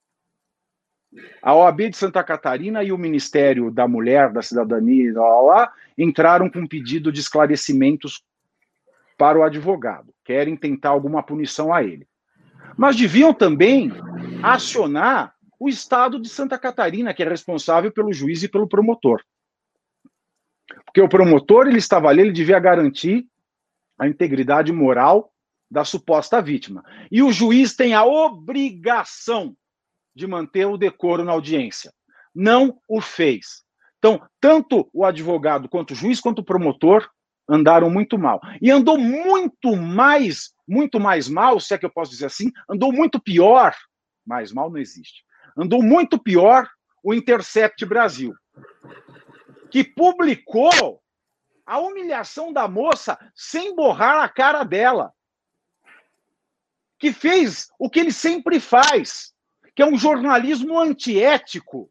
A OAB de Santa Catarina e o Ministério da Mulher, da Cidadania, entraram com um pedido de esclarecimentos para o advogado. Querem tentar alguma punição a ele. Mas deviam também acionar o Estado de Santa Catarina, que é responsável pelo juiz e pelo promotor. Porque o promotor, ele estava ali, ele devia garantir a integridade moral da suposta vítima. E o juiz tem a obrigação de manter o decoro na audiência. Não o fez. Então, tanto o advogado, quanto o juiz, quanto o promotor andaram muito mal. E andou muito mais mal, se é que eu posso dizer assim, andou muito pior, mais mal não existe, andou muito pior o Intercept Brasil, que publicou a humilhação da moça sem borrar a cara dela, que fez o que ele sempre faz, que é um jornalismo antiético,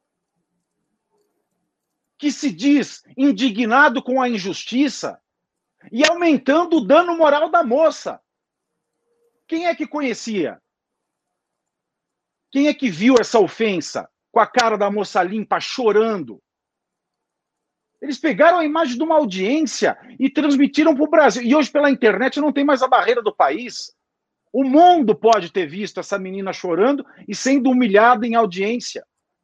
que se diz indignado com a injustiça e aumentando o dano moral da moça. Quem é que conhecia? Quem é que viu essa ofensa com a cara da moça limpa, chorando? Eles pegaram a imagem de uma audiência e transmitiram para o Brasil. E hoje, pela internet, não tem mais a barreira do país. O mundo pode ter visto essa menina chorando e sendo humilhada em audiência.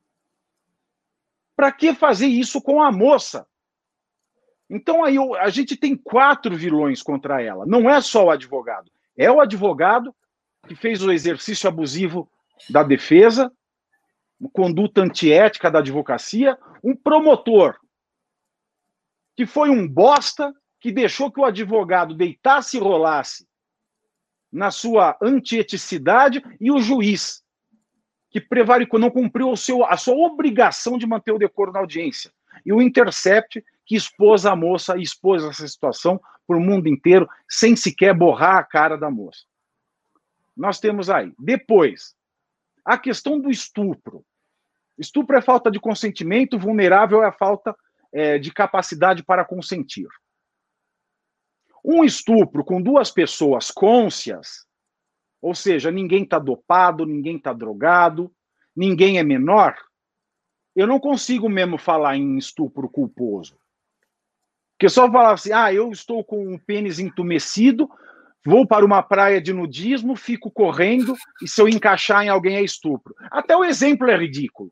Para que fazer isso com a moça? Então, aí a gente tem 4 vilões contra ela. Não é só o advogado. É o advogado que fez o exercício abusivo da defesa, conduta antiética da advocacia, um promotor que foi um bosta, que deixou que o advogado deitasse e rolasse na sua antieticidade, e o juiz, que prevaricou, não cumpriu a sua obrigação de manter o decoro na audiência. E o Intercept, que expôs a moça e expôs essa situação para o mundo inteiro, sem sequer borrar a cara da moça. Nós temos aí. Depois, a questão do estupro. Estupro é falta de consentimento, vulnerável é a falta de capacidade para consentir. Um estupro com 2 pessoas cônscias, ou seja, ninguém está dopado, ninguém está drogado, ninguém é menor, eu não consigo mesmo falar em estupro culposo. Porque só falar assim, eu estou com o pênis entumecido, vou para uma praia de nudismo, fico correndo, e se eu encaixar em alguém é estupro. Até o exemplo é ridículo.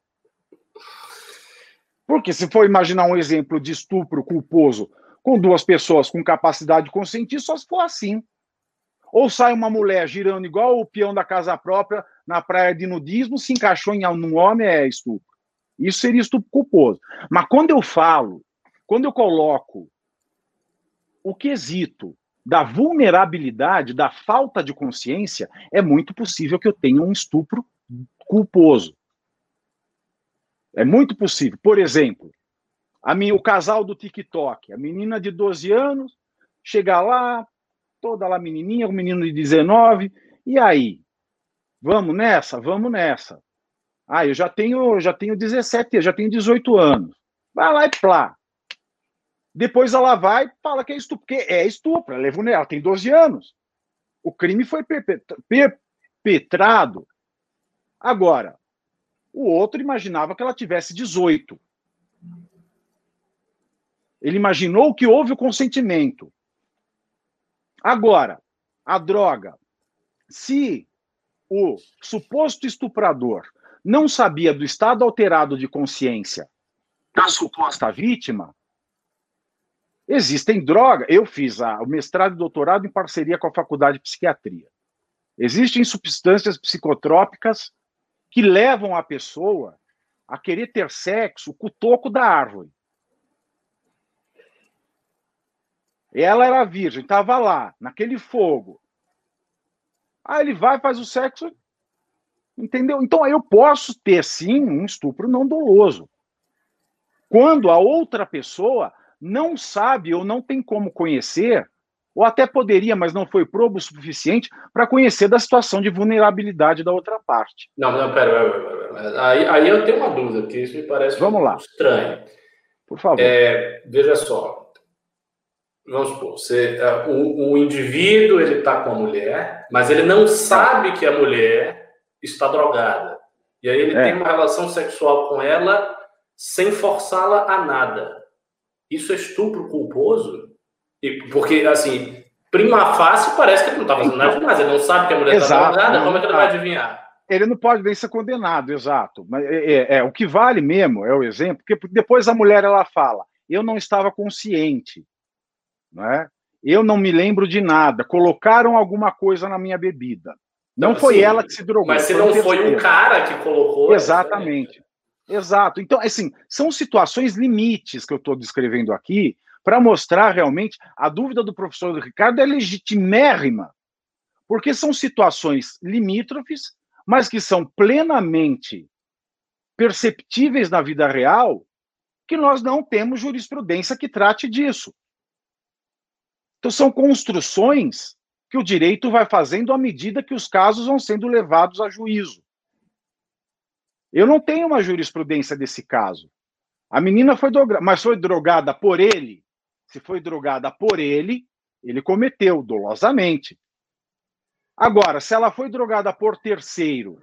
Porque se for imaginar um exemplo de estupro culposo com 2 pessoas com capacidade de consentir, só se for assim. Ou sai uma mulher girando igual o peão da casa própria na praia de nudismo, se encaixou em um homem, é estupro. Isso seria estupro culposo. Mas quando eu coloco o quesito da vulnerabilidade, da falta de consciência, é muito possível que eu tenha um estupro culposo. É muito possível. Por exemplo, o casal do TikTok, a menina de 12 anos, chega lá, toda lá menininha, o menino de 19, e aí? Vamos nessa? Vamos nessa. Ah, eu já tenho 17, eu já tenho 18 anos. Vai lá e plá. Depois ela vai e fala que é estupro, porque é estupro, ela tem 12 anos. O crime foi perpetrado. Agora, o outro imaginava que ela tivesse 18. Ele imaginou que houve o consentimento. Agora, a droga. Se o suposto estuprador não sabia do estado alterado de consciência da suposta vítima, existem drogas. Eu fiz o mestrado e doutorado em parceria com a Faculdade de Psiquiatria. Existem substâncias psicotrópicas que levam a pessoa a querer ter sexo com o toco da árvore. Ela era virgem, estava lá, naquele fogo. Aí ele vai, faz o sexo, entendeu? Então eu posso ter, sim, um estupro não doloso. Quando a outra pessoa não sabe ou não tem como conhecer, ou até poderia, mas não foi probo o suficiente para conhecer da situação de vulnerabilidade da outra parte. Não, pera. Aí eu tenho uma dúvida, porque isso me parece estranho. Por favor. Veja só. Vamos supor, o indivíduo ele está com a mulher, mas ele não sabe que a mulher está drogada. E aí ele tem uma relação sexual com ela sem forçá-la a nada. Isso é estupro culposo? Porque, assim, prima facie parece que ele não está fazendo nada demais. Ele não sabe que a mulher está drogada, como é que ele vai adivinhar? Ele não pode nem ser condenado, exato. Mas o que vale mesmo é o exemplo, porque depois a mulher ela fala, eu não estava consciente, né? Eu não me lembro de nada, colocaram alguma coisa na minha bebida. Não foi ela que se drogou. Mas se não foi o cara que colocou... Exatamente. Exato. Então, assim, são situações limites que eu estou descrevendo aqui para mostrar realmente a dúvida do professor Ricardo é legitimérrima, porque são situações limítrofes, mas que são plenamente perceptíveis na vida real, que nós não temos jurisprudência que trate disso. Então, são construções que o direito vai fazendo à medida que os casos vão sendo levados a juízo. Eu não tenho uma jurisprudência desse caso. A menina foi drogada, mas foi drogada por ele. Se foi drogada por ele, ele cometeu dolosamente. Agora, se ela foi drogada por terceiro.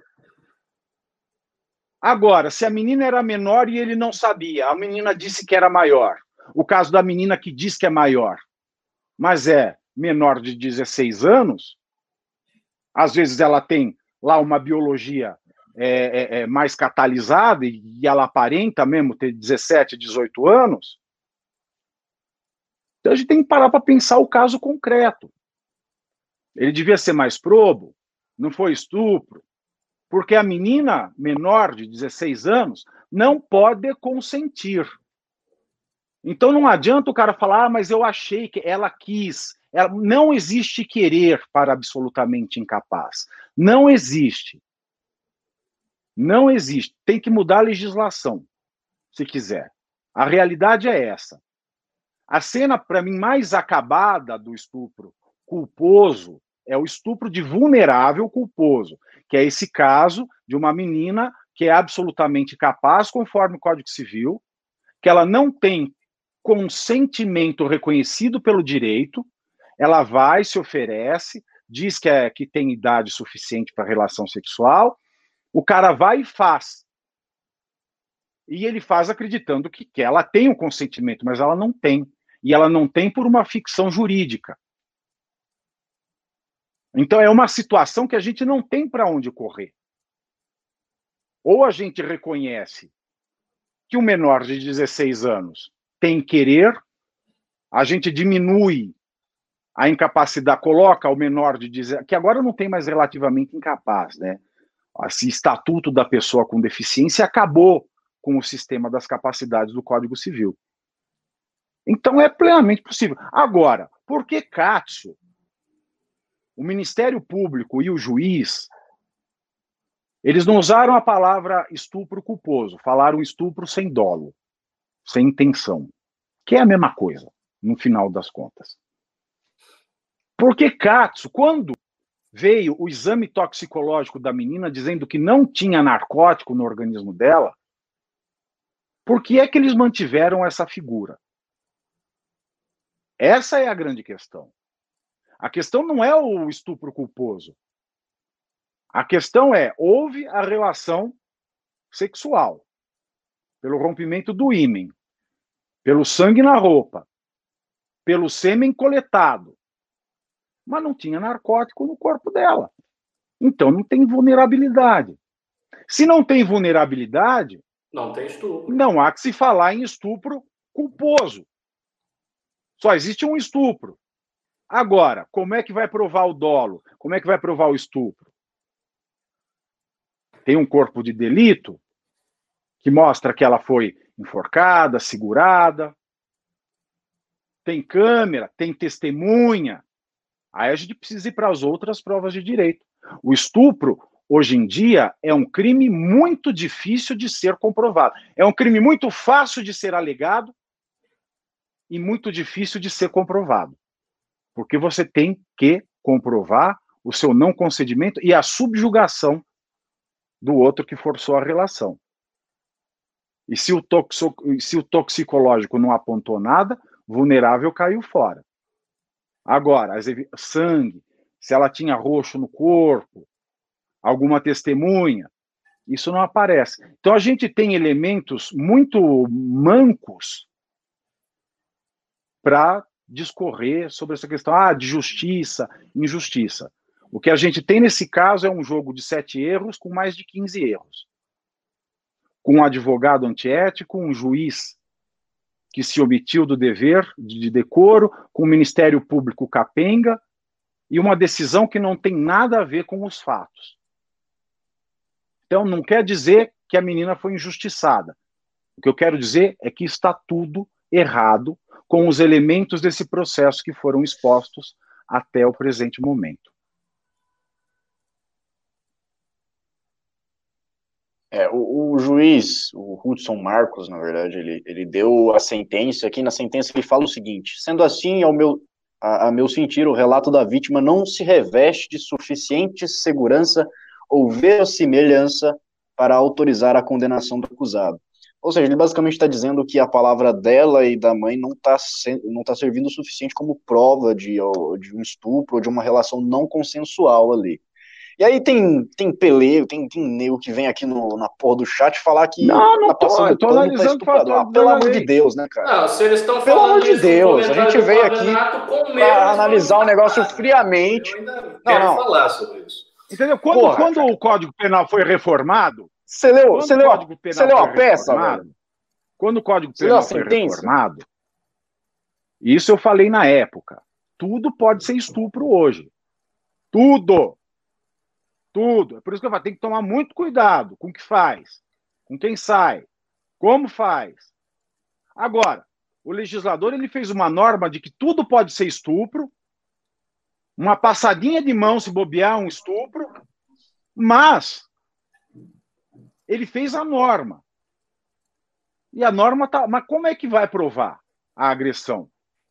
Agora, se a menina era menor e ele não sabia, a menina disse que era maior. O caso da menina que diz que é maior, mas é menor de 16 anos, às vezes ela tem lá uma biologia mais catalisada e ela aparenta mesmo ter 17, 18 anos. Então a gente tem que parar para pensar o caso concreto. Ele devia ser mais probo, não foi estupro, porque a menina menor de 16 anos não pode consentir. Então não adianta o cara falar, mas eu achei que ela quis. Não existe querer para absolutamente incapaz. Não existe. Não existe. Tem que mudar a legislação, se quiser. A realidade é essa. A cena, para mim, mais acabada do estupro culposo é o estupro de vulnerável culposo, que é esse caso de uma menina que é absolutamente capaz, conforme o Código Civil, que ela não tem consentimento reconhecido pelo direito, ela vai, se oferece, diz que tem idade suficiente para relação sexual, o cara vai e faz. E ele faz acreditando que ela tem o consentimento, mas ela não tem. E ela não tem por uma ficção jurídica. Então é uma situação que a gente não tem para onde correr. Ou a gente reconhece que o menor de 16 anos tem querer, a gente diminui a incapacidade, coloca o menor de 16, que agora não tem mais relativamente incapaz, né? Esse estatuto da pessoa com deficiência acabou com o sistema das capacidades do Código Civil. Então é plenamente possível. Agora, por que Cássio, o Ministério Público e o juiz, eles não usaram a palavra estupro culposo, falaram estupro sem dolo, sem intenção, que é a mesma coisa, no final das contas. Porque Cássio, quando veio o exame toxicológico da menina dizendo que não tinha narcótico no organismo dela, por que é que eles mantiveram essa figura? Essa é a grande questão. A questão não é o estupro culposo. A questão é, houve a relação sexual, pelo rompimento do ímen, pelo sangue na roupa, pelo sêmen coletado, mas não tinha narcótico no corpo dela. Então não tem vulnerabilidade. Se não tem vulnerabilidade, não tem estupro. Não há que se falar em estupro culposo. Só existe um estupro. Agora, como é que vai provar o dolo? Como é que vai provar o estupro? Tem um corpo de delito que mostra que ela foi enforcada, segurada. Tem câmera, tem testemunha. Aí a gente precisa ir para as outras provas de direito. O estupro, hoje em dia, é um crime muito difícil de ser comprovado. É um crime muito fácil de ser alegado e muito difícil de ser comprovado. Porque você tem que comprovar o seu não concedimento e a subjugação do outro que forçou a relação. E se o toxicológico não apontou nada, vulnerável caiu fora. Agora, sangue, se ela tinha roxo no corpo, alguma testemunha, isso não aparece. Então a gente tem elementos muito mancos para discorrer sobre essa questão de justiça, injustiça. O que a gente tem nesse caso é um jogo de 7 erros com mais de 15 erros. Com um advogado antiético, um juiz que se omitiu do dever de decoro, com o Ministério Público capenga e uma decisão que não tem nada a ver com os fatos. Então, não quer dizer que a menina foi injustiçada. O que eu quero dizer é que está tudo errado com os elementos desse processo que foram expostos até o presente momento. O juiz, o Hudson Marcos, na verdade, ele deu a sentença, aqui na sentença ele fala o seguinte: sendo assim, a meu sentir, o relato da vítima não se reveste de suficiente segurança ou verossimilhança para autorizar a condenação do acusado. Ou seja, ele basicamente está dizendo que a palavra dela e da mãe não está servindo o suficiente como prova de um estupro ou de uma relação não consensual ali. E aí tem peleio, tem nego que vem aqui na porra do chat falar que tá passando pano pra estuprador. Pelo amor de Deus, né, cara? Não, se eles estão falando pelo amor de Deus, a gente veio aqui para analisar o negócio friamente. Eu ainda quero falar sobre isso. Entendeu? Quando o Código Penal foi reformado... Você leu a peça, velho? Quando o Código Penal foi reformado, isso eu falei na época, tudo pode ser estupro hoje. Tudo. É por isso que eu falo, tem que tomar muito cuidado com o que faz, com quem sai, como faz. Agora, o legislador ele fez uma norma de que tudo pode ser estupro, uma passadinha de mão se bobear um estupro, mas ele fez a norma. E a norma tá... Mas como é que vai provar a agressão?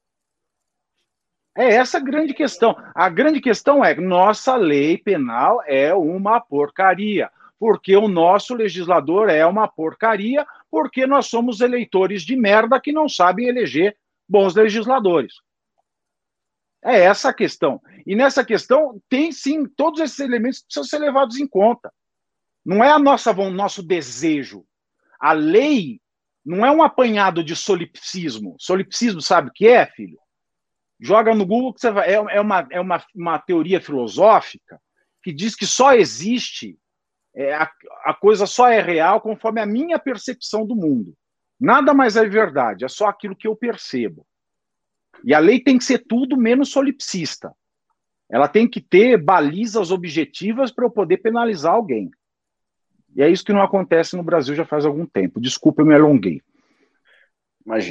É essa a grande questão. A grande questão é que nossa lei penal é uma porcaria. Porque o nosso legislador é uma porcaria, porque nós somos eleitores de merda que não sabem eleger bons legisladores. É essa a questão. E nessa questão tem, sim, todos esses elementos que precisam ser levados em conta. Não é o nosso desejo. A lei não é um apanhado de solipsismo. Solipsismo sabe o que é, filho? Joga no Google que você vai. É uma teoria filosófica que diz que só existe, a coisa só é real conforme a minha percepção do mundo. Nada mais é verdade, é só aquilo que eu percebo. E a lei tem que ser tudo menos solipsista. Ela tem que ter balizas objetivas para eu poder penalizar alguém. E é isso que não acontece no Brasil já faz algum tempo. Desculpa, eu me alonguei. Imagina.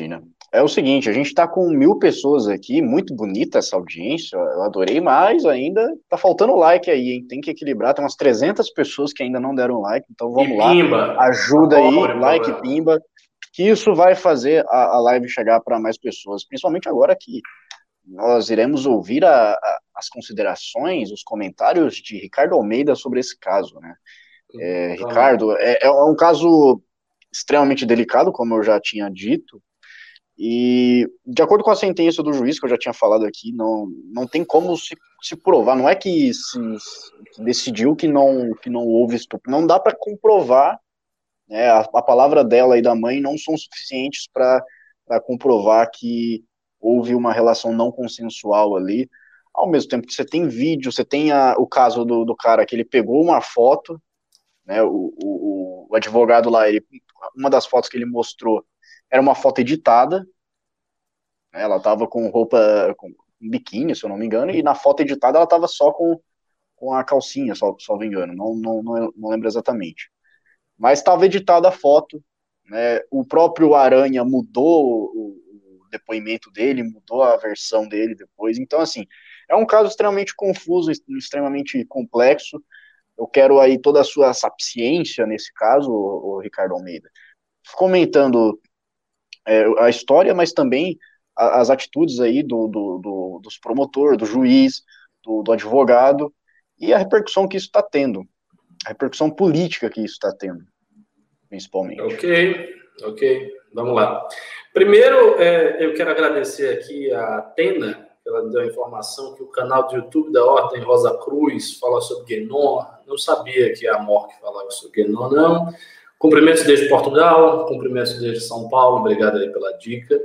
É o seguinte, a gente está com 1.000 pessoas aqui, muito bonita essa audiência, eu adorei, mas ainda tá faltando like aí, hein? Tem que equilibrar, tem umas 300 pessoas que ainda não deram like, então vamos lá, Pimba, ajuda aí, like, programa. pimba, que isso vai fazer a live chegar para mais pessoas, principalmente agora que nós iremos ouvir as considerações, os comentários de Ricardo Almeida sobre esse caso, né? Ricardo, é um caso extremamente delicado, como eu já tinha dito, e de acordo com a sentença do juiz, que eu já tinha falado aqui, não tem como se provar, não é que se decidiu que não houve estupro, não dá para comprovar, né, a palavra dela e da mãe não são suficientes para comprovar que houve uma relação não consensual ali, ao mesmo tempo que você tem vídeo, você tem o caso do cara que ele pegou uma foto, né, o advogado lá, uma das fotos que ele mostrou era uma foto editada, né, ela estava com roupa, com biquíni, se eu não me engano, e na foto editada ela estava só com a calcinha, só me engano, não lembro exatamente. Mas estava editada a foto, né, o próprio Aranha mudou o depoimento dele, mudou a versão dele depois, então assim, é um caso extremamente confuso, extremamente complexo. Eu quero aí toda a sua sapiência nesse caso, o Ricardo Almeida, comentando a história, mas também as atitudes aí dos promotores, do juiz, do advogado, e a repercussão que isso está tendo, a repercussão política que isso está tendo, principalmente. Ok, vamos lá. Primeiro, eu quero agradecer aqui a Atena, ela deu a informação que o canal do YouTube da Ordem Rosa Cruz fala sobre Guénon. Não sabia que a Mork falava sobre Guénon, não. Cumprimentos desde Portugal, cumprimentos desde São Paulo, obrigado aí pela dica.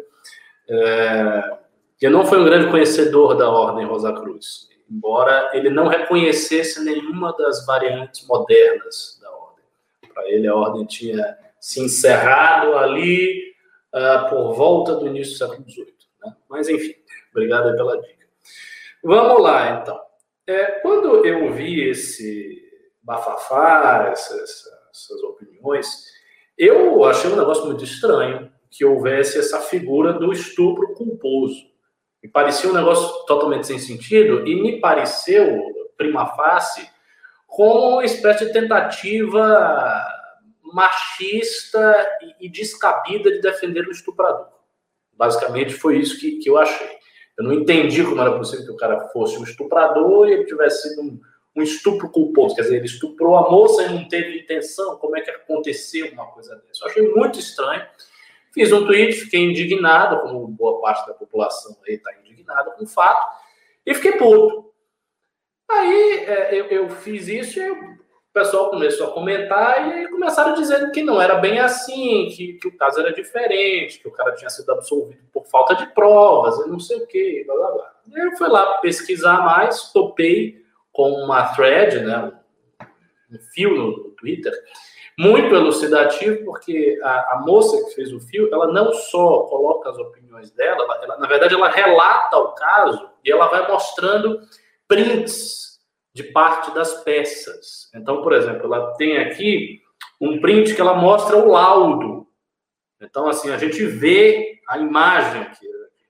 Guénon foi um grande conhecedor da Ordem Rosa Cruz, embora ele não reconhecesse nenhuma das variantes modernas da Ordem. Para ele, a Ordem tinha se encerrado ali por volta do início do século XVIII. Né? Mas, enfim, obrigado aí pela dica. Vamos lá, então. Quando eu vi esse bafafá, essas opiniões, eu achei um negócio muito estranho que houvesse essa figura do estupro culposo. Me parecia um negócio totalmente sem sentido e me pareceu, prima facie, como uma espécie de tentativa machista e descabida de defender o estuprador. Basicamente foi isso que eu achei. Eu não entendi como era possível que o cara fosse um estuprador e ele tivesse sido um estupro culposo. Quer dizer, ele estuprou a moça e não teve intenção. Como é que aconteceu uma coisa dessa? Eu achei muito estranho. Fiz um tweet, fiquei indignado, como boa parte da população aí está indignada com o fato, e fiquei puto. Aí eu fiz isso e o pessoal começou a comentar e aí começaram dizendo que não era bem assim, que o caso era diferente, que o cara tinha sido absolvido por falta de provas e não sei o quê, blá, blá, blá. E aí eu fui lá pesquisar mais, topei com uma thread, né, um fio no Twitter, muito elucidativo, porque a moça que fez o fio, ela não só coloca as opiniões dela, na verdade ela relata o caso e ela vai mostrando prints de parte das peças. Então, por exemplo, ela tem aqui um print que ela mostra o laudo. Então, assim, a gente vê a imagem aqui.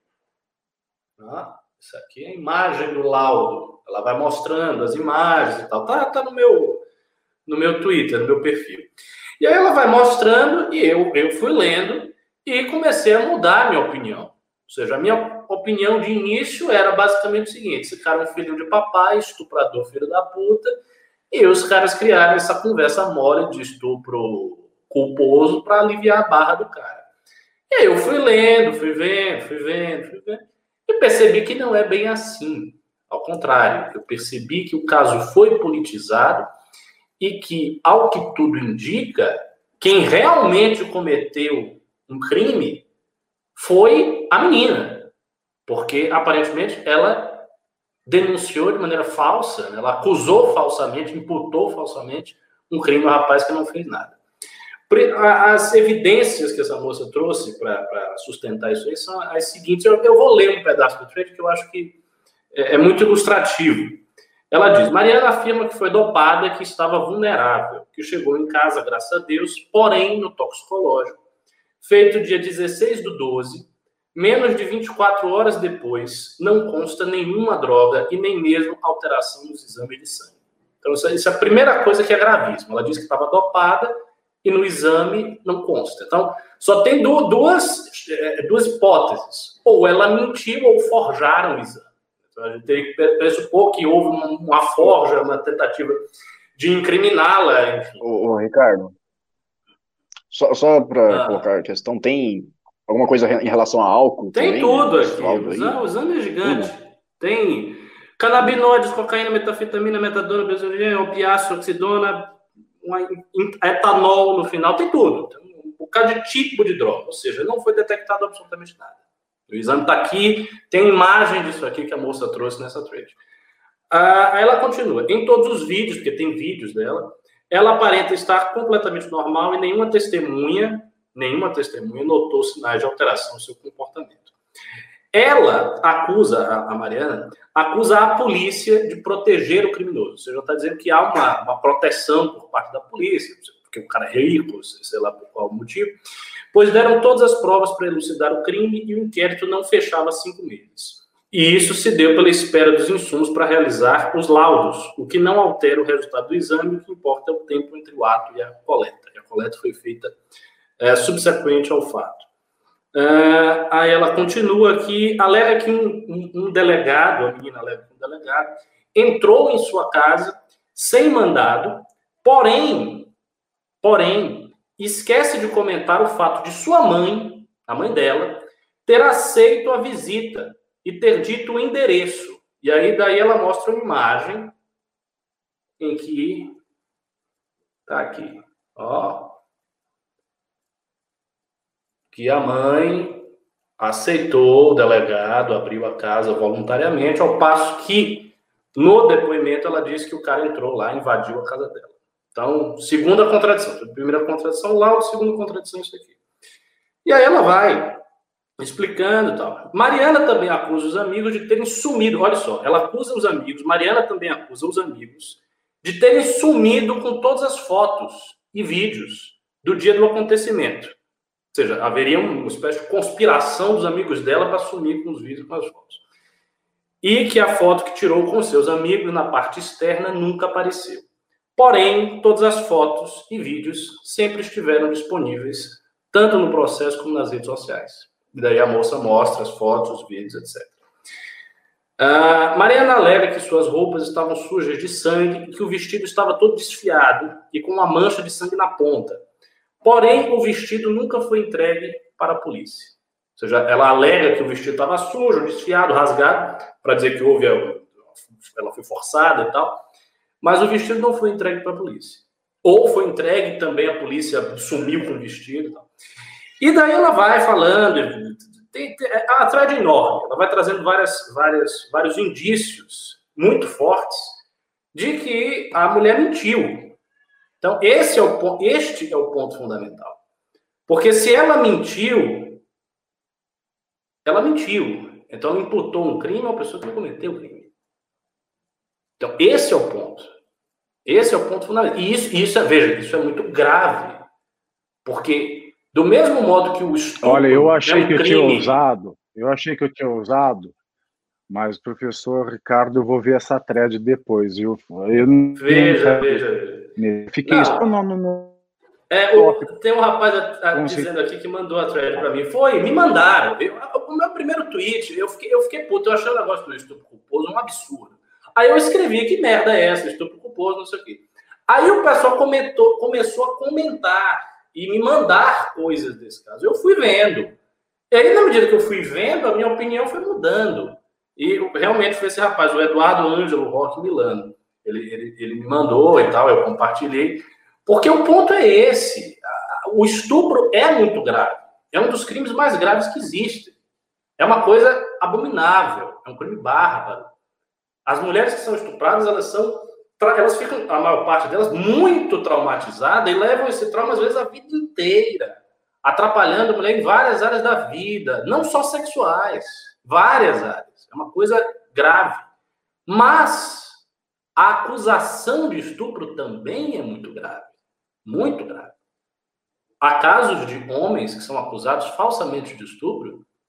Isso aqui é a imagem do laudo. Ela vai mostrando as imagens e tal. Tá no meu Twitter, no meu perfil. E aí ela vai mostrando e eu fui lendo e comecei a mudar a minha opinião. Ou seja, a minha opinião de início era basicamente o seguinte: esse cara é um filho de papai, estuprador, filho da puta, e os caras criaram essa conversa mole de estupro culposo para aliviar a barra do cara. E aí eu fui lendo, fui vendo, e percebi que não é bem assim. Ao contrário, eu percebi que o caso foi politizado e que, ao que tudo indica, quem realmente cometeu um crime foi a menina, porque aparentemente ela denunciou de maneira falsa, ela acusou falsamente, imputou falsamente um crime ao rapaz que não fez nada. As evidências que essa moça trouxe para sustentar isso aí são as seguintes. Eu vou ler um pedaço do thread que eu acho que é muito ilustrativo. Ela diz: Mariana afirma que foi dopada e que estava vulnerável, que chegou em casa, graças a Deus, porém no toxicológico, feito dia 16/12, Menos de 24 horas depois, não consta nenhuma droga e nem mesmo alteração nos exames de sangue. Então, isso é a primeira coisa que é gravíssima. Ela disse que estava dopada e no exame não consta. Então, só tem duas hipóteses. Ou ela mentiu ou forjaram o exame. Então, a gente tem que pressupor que houve uma forja, uma tentativa de incriminá-la, enfim. Ô, Ricardo, só para colocar a questão, tem alguma coisa em relação a álcool? Tem também, tudo né? aqui. O exame é gigante. Tem canabinoides, cocaína, metafetamina, metadona, benzodiazepina, opiáceo, oxidona, etanol no final, tem tudo. Tem um bocado de tipo de droga, ou seja, não foi detectado absolutamente nada. O exame está aqui, tem imagem disso aqui que a moça trouxe nessa thread. Aí ela continua. Em todos os vídeos, porque tem vídeos dela, ela aparenta estar completamente normal e nenhuma testemunha notou sinais de alteração no seu comportamento. Ela acusa, a Mariana, acusa a polícia de proteger o criminoso. Ou seja, está dizendo que há uma proteção por parte da polícia, porque o cara é rico, sei lá por qual motivo, pois deram todas as provas para elucidar o crime e o inquérito não fechava 5 meses. E isso se deu pela espera dos insumos para realizar os laudos, o que não altera o resultado do exame, o que importa é o tempo entre o ato e a coleta. E a coleta foi feita subsequente ao fato. Aí ela continua aqui, alega que um delegado, a menina alega que um delegado, entrou em sua casa sem mandado, porém, esquece de comentar o fato de sua mãe, a mãe dela, ter aceito a visita e ter dito o endereço. E aí daí ela mostra uma imagem em que tá aqui, ó, que a mãe aceitou, o delegado abriu a casa voluntariamente, ao passo que no depoimento ela disse que o cara entrou lá, invadiu a casa dela. Então, segunda contradição. Primeira contradição lá, segunda contradição isso aqui. E aí ela vai explicando e tal. Mariana também acusa os amigos de terem sumido. Olha só, ela acusa os amigos, Mariana também acusa os amigos de terem sumido com todas as fotos e vídeos do dia do acontecimento. Ou seja, haveria uma espécie de conspiração dos amigos dela para sumir com os vídeos e com as fotos. E que a foto que tirou com seus amigos na parte externa nunca apareceu. Porém, todas as fotos e vídeos sempre estiveram disponíveis, tanto no processo como nas redes sociais. E daí a moça mostra as fotos, os vídeos, etc. Mariana alega que suas roupas estavam sujas de sangue e que o vestido estava todo desfiado e com uma mancha de sangue na ponta. Porém, o vestido nunca foi entregue para a polícia. Ou seja, ela alega que o vestido estava sujo, desfiado, rasgado, para dizer que houve, ela foi forçada e tal, mas o vestido não foi entregue para a polícia. Ou foi entregue também, a polícia sumiu com o vestido e tal. E daí ela vai falando, a thread é enorme, ela vai trazendo vários indícios muito fortes de que a mulher mentiu. Então, este é o ponto fundamental. Porque se ela mentiu, então ela imputou um crime a uma pessoa que não cometeu o crime. Então, esse é o ponto. Esse é o ponto fundamental. E isso é muito grave. Porque, do mesmo modo que o estupro... Olha, eu achei que eu tinha usado, mas, professor Ricardo, eu vou ver essa thread depois, viu? Veja. Fiquei no tem um rapaz dizendo aqui que mandou a thread para mim. Me mandaram. O meu primeiro tweet, eu fiquei puto, eu achei o negócio do estupro culposo um absurdo. Aí eu escrevi, que merda é essa, estupro culposo, não sei o quê. Aí o pessoal começou a comentar e me mandar coisas desse caso. Eu fui vendo. E aí, na medida que eu fui vendo, a minha opinião foi mudando. E realmente foi esse rapaz, o Eduardo Ângelo Roque Milano. Ele me mandou e tal, eu compartilhei. Porque o ponto é esse. O estupro é muito grave. É um dos crimes mais graves que existem. É uma coisa abominável. É um crime bárbaro. As mulheres que são estupradas, elas ficam, a maior parte delas, muito traumatizadas e levam esse trauma, às vezes, a vida inteira, atrapalhando a mulher em várias áreas da vida, não só sexuais, várias áreas. É uma coisa grave. Mas a acusação de estupro também é muito grave. Muito grave. Há casos de homens que são acusados falsamente de estupro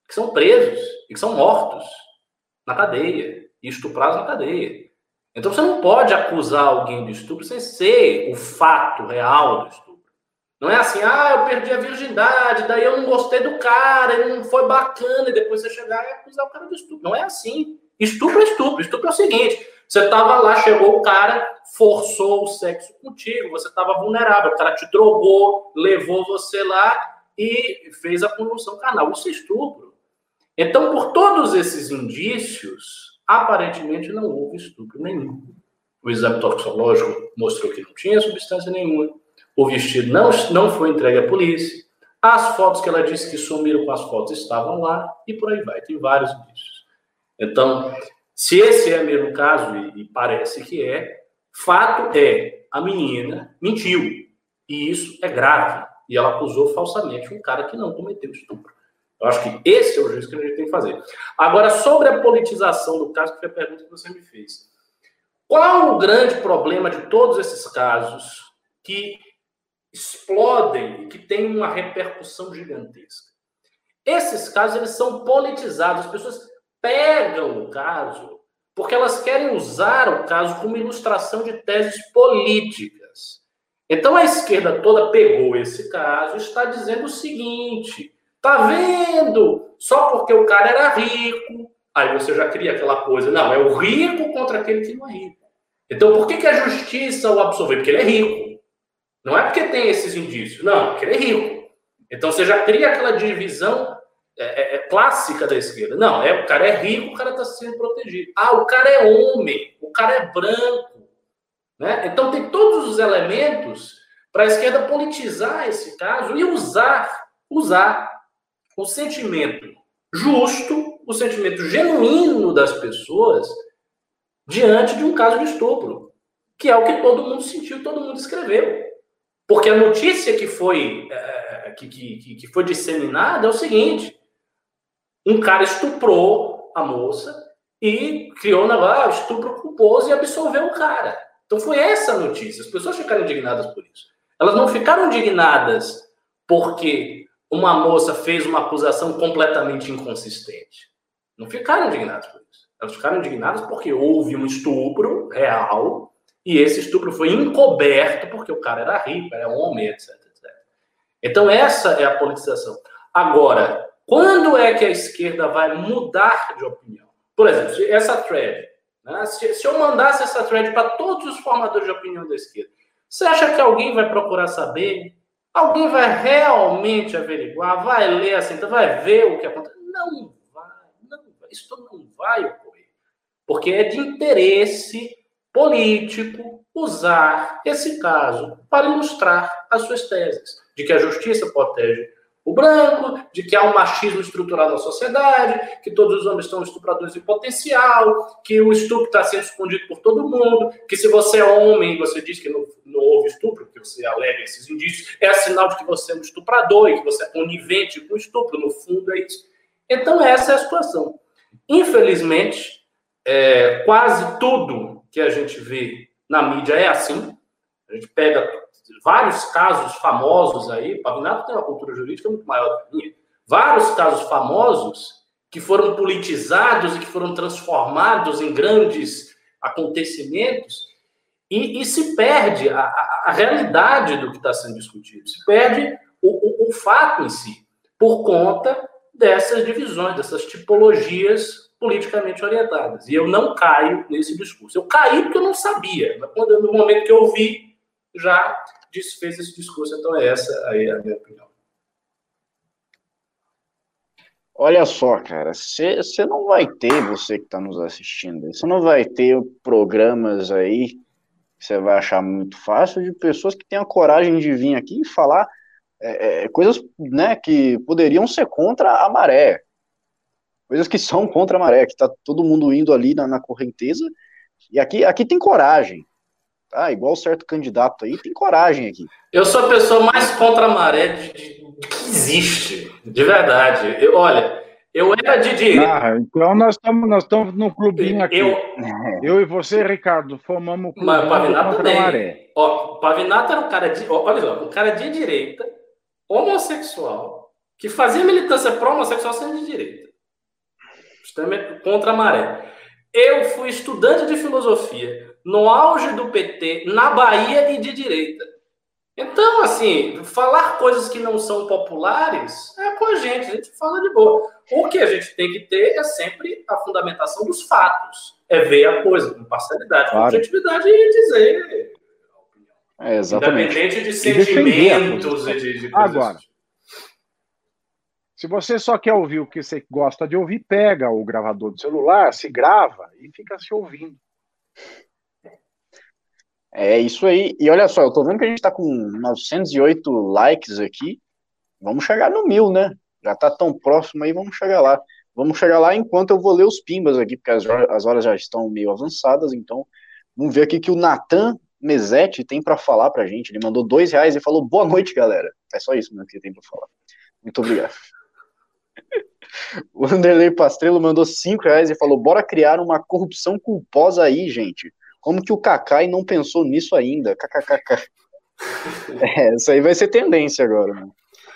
que são presos e que são mortos na cadeia e estuprados na cadeia. Então você não pode acusar alguém de estupro sem ser o fato real do estupro. Não é assim, eu perdi a virgindade, daí eu não gostei do cara, ele não foi bacana, e depois você chegar e acusar o cara de estupro. Não é assim. Estupro é estupro. Estupro é o seguinte, você estava lá, chegou o cara, forçou o sexo contigo, você estava vulnerável, o cara te drogou, levou você lá e fez a conjunção carnal. Isso é estupro. Então, por todos esses indícios, aparentemente não houve estupro nenhum. O exame toxicológico mostrou que não tinha substância nenhuma. O vestido não foi entregue à polícia. As fotos que ela disse que sumiram com as fotos estavam lá e por aí vai. Tem vários indícios. Então, se esse é mesmo o caso, e parece que é, fato é, a menina mentiu. E isso é grave. E ela acusou falsamente um cara que não cometeu estupro. Eu acho que esse é o juízo que a gente tem que fazer. Agora, sobre a politização do caso, que foi a pergunta que você me fez. Qual o grande problema de todos esses casos que explodem e que têm uma repercussão gigantesca? Esses casos, eles são politizados. As pessoas pegam o caso porque elas querem usar o caso como ilustração de teses políticas. Então, a esquerda toda pegou esse caso e está dizendo o seguinte: tá vendo? Só porque o cara era rico, aí você já cria aquela coisa, não, é o rico contra aquele que não é rico. Então, por que a justiça o absolveu? Porque ele é rico. Não é porque tem esses indícios, não, porque ele é rico. Então, você já cria aquela divisão clássica da esquerda. Não, o cara é rico, o cara está sendo protegido. O cara é homem, o cara é branco. Né? Então, tem todos os elementos para a esquerda politizar esse caso e usar o sentimento justo, o sentimento genuíno das pessoas diante de um caso de estupro, que é o que todo mundo sentiu, todo mundo escreveu. Porque a notícia que foi disseminada é o seguinte: um cara estuprou a moça e criou um negócio, estupro culposo, e absolveu o cara. Então foi essa a notícia. As pessoas ficaram indignadas por isso. Elas não ficaram indignadas porque uma moça fez uma acusação completamente inconsistente. Não ficaram indignadas por isso. Elas ficaram indignadas porque houve um estupro real e esse estupro foi encoberto porque o cara era rico, era homem, etc, etc. Então essa é a politização. Agora, quando é que a esquerda vai mudar de opinião? Por exemplo, essa thread, né? Se eu mandasse essa thread para todos os formadores de opinião da esquerda, você acha que alguém vai procurar saber? Alguém vai realmente averiguar? Vai ler assim, vai ver o que acontece? Não vai. Isso não vai ocorrer. Porque é de interesse político usar esse caso para ilustrar as suas teses. De que a justiça protege o branco, de que há um machismo estrutural na sociedade, que todos os homens estão estupradores em potencial, que o estupro está sendo escondido por todo mundo, que se você é homem e você diz que não houve estupro, que você alega esses indícios, é sinal de que você é um estuprador e que você é conivente com o estupro, no fundo é isso. Então essa é a situação. Infelizmente, quase tudo que a gente vê na mídia é assim. A gente pega vários casos famosos aí, Pavinato tem uma cultura jurídica muito maior do que a minha, vários casos famosos que foram politizados e que foram transformados em grandes acontecimentos e se perde a realidade do que está sendo discutido, se perde o fato em si, por conta dessas divisões, dessas tipologias politicamente orientadas. E eu não caio nesse discurso. Eu caí porque eu não sabia, mas no momento que eu ouvi, já desfez esse discurso. Então essa aí a minha opinião. Olha só, cara, você não vai ter, você que está nos assistindo, você não vai ter programas aí que você vai achar muito fácil de pessoas que têm a coragem de vir aqui e falar coisas, né, que poderiam ser contra a maré, coisas que são contra a maré, que está todo mundo indo ali na correnteza, e aqui tem coragem. Tá, igual certo candidato aí, tem coragem aqui. Eu sou a pessoa mais contra a maré que existe, de verdade. Olha, eu era de direita. Então nós estamos no clubinho aqui. Eu e você, Ricardo, formamos o clubinho contra a maré. Pavinato era um cara de... Olha só, um cara de direita, homossexual, que fazia militância pró-homossexual sendo de direita. Extremamente contra a maré. Eu fui estudante de filosofia no auge do PT, na Bahia e de direita. Então, assim, falar coisas que não são populares é com a gente fala de boa. O que a gente tem que ter é sempre a fundamentação dos fatos. É ver a coisa com parcialidade, com objetividade e dizer a opinião. Exatamente. Independente de sentimentos e de coisas. Agora, se você só quer ouvir o que você gosta de ouvir, pega o gravador do celular, se grava e fica se ouvindo. É isso aí. E olha só, eu tô vendo que a gente tá com 908 likes aqui. Vamos chegar no 1000, né? Já tá tão próximo aí, vamos chegar lá. Vamos chegar lá enquanto eu vou ler os pimbas aqui, porque as horas já estão meio avançadas, então vamos ver aqui que o Nathan Mesetti tem para falar pra gente. Ele mandou R$2 e falou, boa noite, galera. É só isso, né, que ele tem pra falar. Muito obrigado. O Anderley Pastrello mandou R$5 e falou, bora criar uma corrupção culposa aí, gente. Como que o Kakai não pensou nisso ainda? KKKK. Isso aí vai ser tendência agora, né?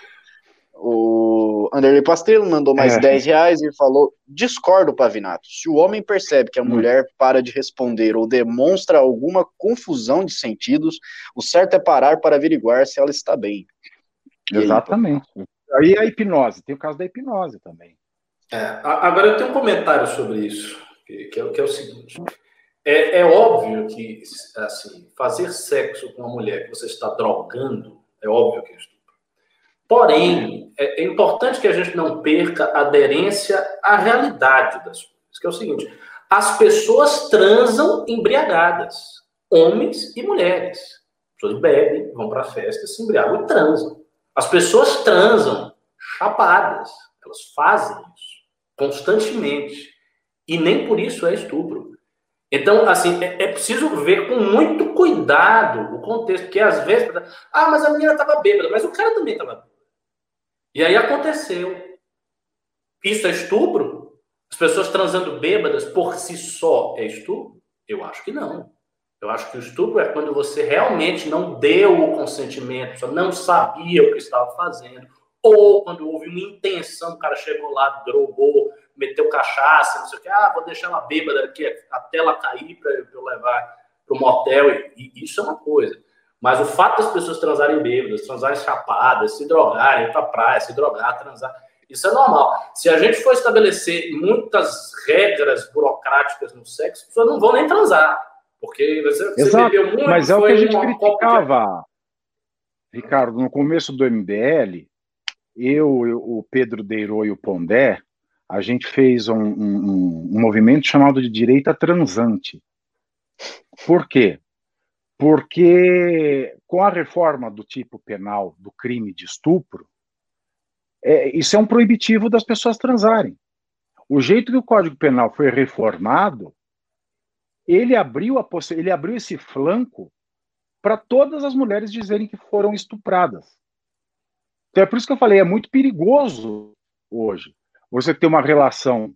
O Anderley Pastrello mandou mais R$10 e falou, discordo, Pavinato. Se o homem percebe que a mulher para de responder ou demonstra alguma confusão de sentidos, o certo é parar para averiguar se ela está bem. Exatamente. Aí a hipnose, tem o caso da hipnose também. Agora eu tenho um comentário sobre isso, que é o seguinte. É óbvio que, assim, fazer sexo com uma mulher que você está drogando, é óbvio que é estupro. Porém, é importante que a gente não perca a aderência à realidade das coisas, que é o seguinte, as pessoas transam embriagadas, homens e mulheres. As pessoas bebem, vão para a festa, se embriagam e transam. As pessoas transam chapadas, elas fazem isso constantemente, e nem por isso é estupro. Então, assim, é preciso ver com muito cuidado o contexto, porque às vezes, mas a menina estava bêbada, mas o cara também estava bêbado. E aí aconteceu. Isso é estupro? As pessoas transando bêbadas por si só é estupro? Eu acho que não. Eu acho que o estupro é quando você realmente não deu o consentimento, só não sabia o que estava fazendo, ou quando houve uma intenção, o cara chegou lá, drogou, meteu cachaça, não sei o que, vou deixar ela bêbada aqui até ela cair para eu levar para o motel, e isso é uma coisa. Mas o fato das pessoas transarem bêbadas, transarem chapadas, se drogarem, ir para a praia, se drogar, transar, isso é normal. Se a gente for estabelecer muitas regras burocráticas no sexo, as pessoas não vão nem transar. Porque você bebeu muito. Mas é o que a gente criticava, Ricardo, no começo do MBL, o Pedro Deirô e o Pondé, a gente fez um movimento chamado de direita transante. Por quê? Porque com a reforma do tipo penal do crime de estupro, isso é um proibitivo das pessoas transarem. O jeito que o Código Penal foi reformado, ele abriu esse flanco para todas as mulheres dizerem que foram estupradas. Então é por isso que eu falei, é muito perigoso hoje você ter uma relação.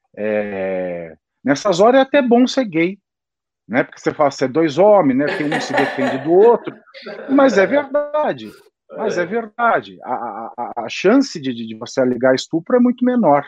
Nessas horas é até bom ser gay, né? Porque você fala, você é dois homens, né? Tem um se defende do outro, mas é verdade. Mas é verdade. A chance de você alegar estupro é muito menor.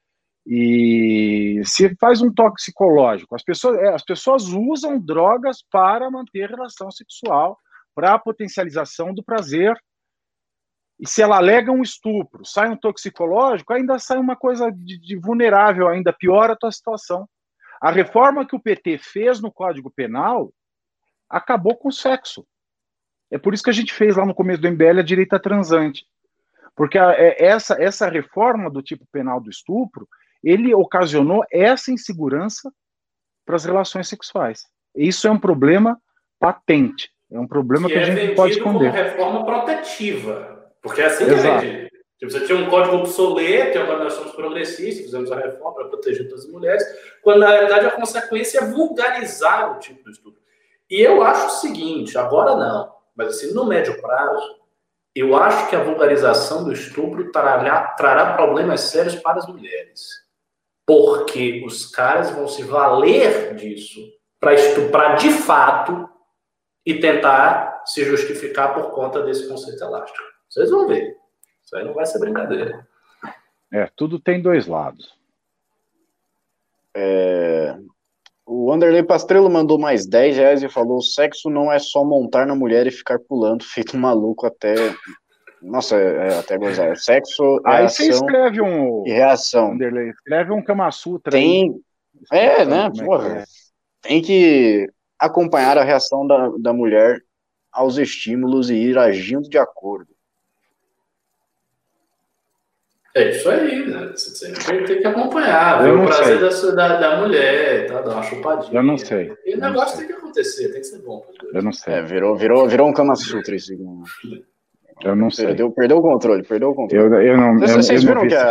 E se faz um toque psicológico, as pessoas usam drogas para manter relação sexual, para a potencialização do prazer. E se ela alega um estupro, sai um toxicológico, ainda sai uma coisa de vulnerável, ainda piora a tua situação. A reforma que o PT fez no Código Penal acabou com o sexo. É por isso que a gente fez lá no começo do MBL a direita transante. Porque essa reforma do tipo penal do estupro, ele ocasionou essa insegurança para as relações sexuais. Isso é um problema patente. É um problema que a gente não pode esconder. Como reforma protetiva. Porque é assim que é vendido. Você tinha um código obsoleto, agora nós somos progressistas, fizemos a reforma para proteger todas as mulheres, quando na realidade a consequência é vulgarizar o tipo de estupro. E eu acho o seguinte, agora não, mas assim, no médio prazo, eu acho que a vulgarização do estupro trará problemas sérios para as mulheres. Porque os caras vão se valer disso para estuprar de fato e tentar se justificar por conta desse conceito elástico. Vocês vão ver. Isso aí não vai ser brincadeira. Tudo tem dois lados. O Wanderlei Pastrello mandou mais R$10 e falou: sexo não é só montar na mulher e ficar pulando, feito um maluco até. Nossa, até gozar. Sexo é Aí ação você escreve um. e reação. Wanderlei, escreve um Kama Sutra. Tem. Né? Porra. Tem que acompanhar a reação da mulher aos estímulos e ir agindo de acordo. É isso aí, né? Você tem que acompanhar, ver o prazer da mulher, tá? Dar uma chupadinha. Eu não sei. E o negócio tem que acontecer, tem que ser bom. Eu não sei. Virou um Kama Sutra esse. Eu não sei. Perdeu o controle. Vocês viram que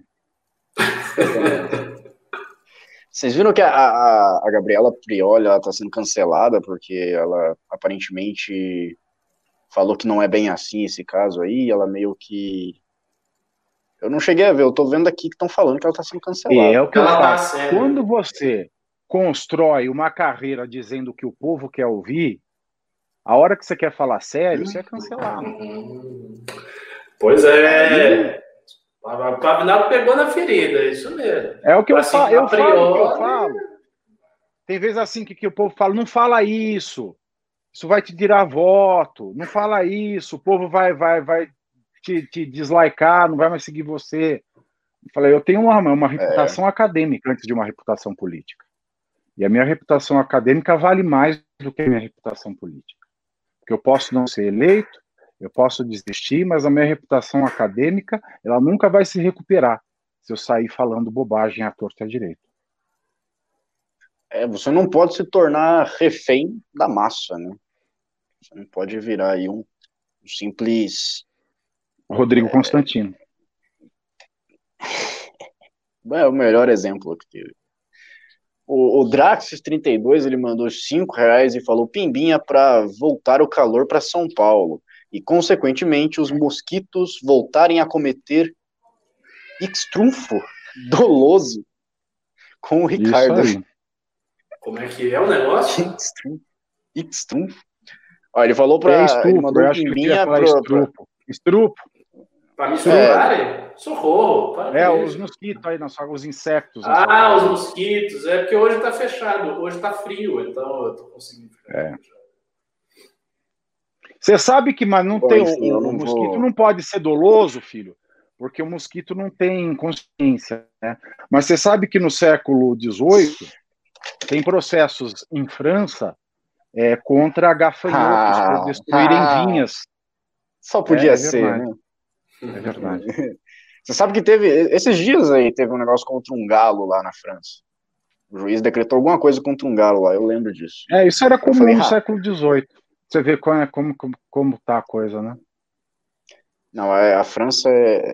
Vocês viram que a Gabriela Prioli está sendo cancelada porque ela aparentemente falou que não é bem assim esse caso aí, ela meio que... Eu não cheguei a ver, eu tô vendo aqui que estão falando que ela está sendo cancelada. É o que eu falo. Quando você constrói uma carreira dizendo que o povo quer ouvir, a hora que você quer falar sério, você é cancelado. Pois é. O Pavinato pegou na ferida, é isso mesmo. É o que eu falo. Tem vezes assim que o povo fala, não fala isso vai te tirar voto, não fala isso, o povo vai te deslikear, não vai mais seguir você. Eu falei, eu tenho uma reputação acadêmica antes de uma reputação política. E a minha reputação acadêmica vale mais do que a minha reputação política. Porque eu posso não ser eleito, eu posso desistir, mas a minha reputação acadêmica, ela nunca vai se recuperar se eu sair falando bobagem à torta e à direita. Você não pode se tornar refém da massa, né? Você não pode virar aí um simples... Rodrigo Constantino. É o melhor exemplo que teve. O Draxis32, ele mandou R$5 e falou: pimbinha para voltar o calor para São Paulo e, consequentemente, os mosquitos voltarem a cometer ex-trunfo doloso com o Ricardo. Como é que é o negócio? Ex-trunfo. Ele falou para... ele mandou pimbinha para... Estrupo. Para me estuprarem? Socorro. Os mosquitos aí, os insetos. Os mosquitos. Porque hoje está fechado. Hoje está frio, então eu estou conseguindo ficar. Você sabe que mas não tem, o mosquito não pode ser doloso, filho, porque o mosquito não tem consciência, né? Mas você sabe que no século XVIII tem processos em França contra gafanhotos por destruírem vinhas. Só podia ser, né? É verdade. Você sabe que esses dias aí, teve um negócio contra um galo lá na França. O juiz decretou alguma coisa contra um galo lá, eu lembro disso. Isso era comum no século XVIII. Você vê como tá a coisa, né? Não, a França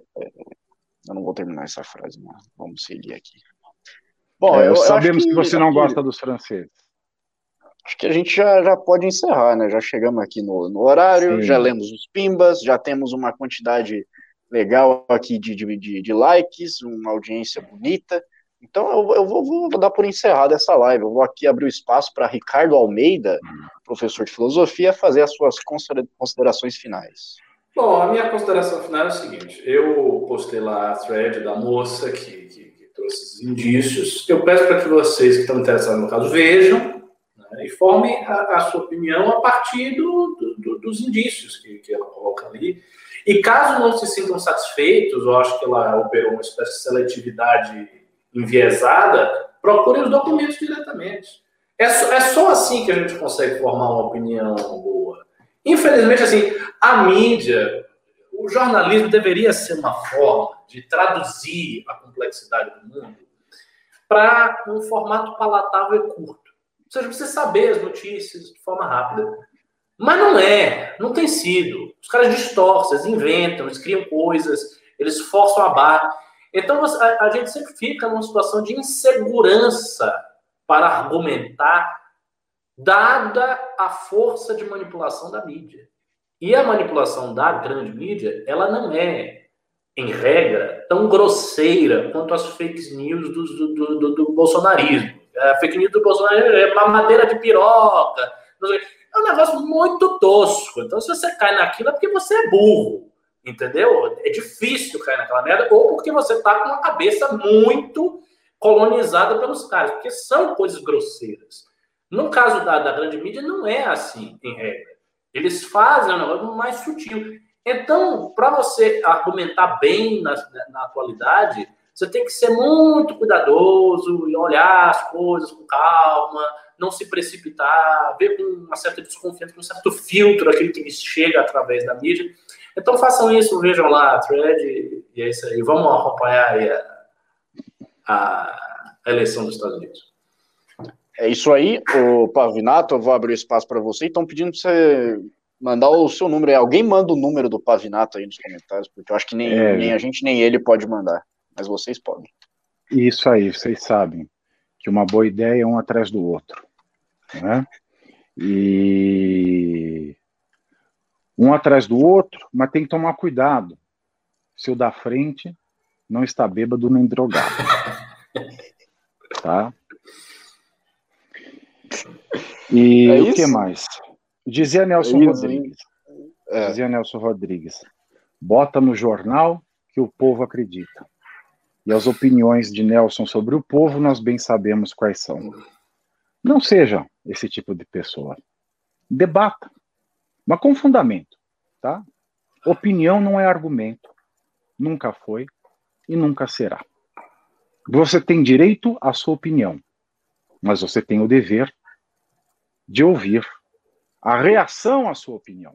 Eu não vou terminar essa frase, mas vamos seguir aqui. Bom, sabemos que você não gosta dos franceses. Acho que a gente já pode encerrar, né? Já chegamos aqui no horário, Sim. Já lemos os pimbas, já temos uma quantidade legal aqui de likes, uma audiência bonita. Então eu vou dar por encerrada essa live. Eu vou aqui abrir o espaço para Ricardo Almeida, professor de filosofia, fazer as suas considerações finais. Bom, a minha consideração final é o seguinte: eu postei lá a thread da moça que trouxe esses indícios. Eu peço para que vocês que estão interessados no caso vejam, né, e formem a sua opinião a partir dos indícios que ela coloca ali. E caso não se sintam satisfeitos, eu acho que ela operou uma espécie de seletividade enviesada, procurem os documentos diretamente. É só assim que a gente consegue formar uma opinião boa. Infelizmente, assim, a mídia, o jornalismo deveria ser uma forma de traduzir a complexidade do mundo para um formato palatável e curto. Ou seja, você saber as notícias de forma rápida. Mas não tem sido. Os caras distorcem, eles inventam, eles criam coisas, eles forçam a barra. Então, a gente sempre fica numa situação de insegurança para argumentar, dada a força de manipulação da mídia. E a manipulação da grande mídia, ela não é, em regra, tão grosseira quanto as fake news do bolsonarismo. A fake news do bolsonarismo é mamadeira de piroca. É um negócio muito tosco. Então, se você cai naquilo, é porque você é burro. entendeu? É difícil cair naquela merda, ou porque você tá com a cabeça muito colonizada pelos caras, porque são coisas grosseiras. No caso da grande mídia, não é assim, em regra. Eles fazem um negócio mais sutil. Então, para você argumentar bem na atualidade, você tem que ser muito cuidadoso e olhar as coisas com calma, não se precipitar, ver com uma certa desconfiança, com um certo filtro aquilo que chega através da mídia. Então, façam isso, vejam lá a thread, e é isso aí. Vamos acompanhar aí a eleição dos Estados Unidos. É isso aí, o Pavinato, eu vou abrir o espaço para você, então pedindo para você mandar o seu número aí. Alguém manda o número do Pavinato aí nos comentários, porque eu acho que nem a gente nem ele pode mandar, mas vocês podem. Isso aí, vocês sabem que uma boa ideia é um atrás do outro, né? E um atrás do outro, mas tem que tomar cuidado se o da frente não está bêbado nem drogado, tá? E o que mais? Dizia Nelson Rodrigues. Dizia Nelson Rodrigues. Bota no jornal que o povo acredita. E as opiniões de Nelson sobre o povo nós bem sabemos quais são. Não seja esse tipo de pessoa. Debata, mas com fundamento, tá? Opinião não é argumento. Nunca foi e nunca será. Você tem direito à sua opinião, mas você tem o dever de ouvir a reação à sua opinião.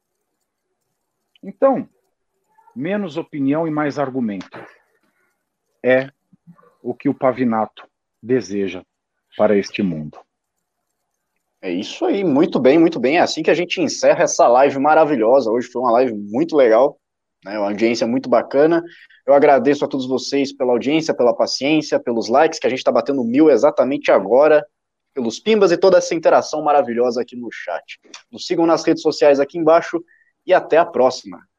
Então, menos opinião e mais argumento. É o que o Pavinato deseja para este mundo. É isso aí, muito bem, muito bem. É assim que a gente encerra essa live maravilhosa. Hoje foi uma live muito legal, né? Uma audiência muito bacana. Eu agradeço a todos vocês pela audiência, pela paciência, pelos likes, que a gente está batendo 1000 exatamente agora, pelos pimbas e toda essa interação maravilhosa aqui no chat. Nos sigam nas redes sociais aqui embaixo e até a próxima.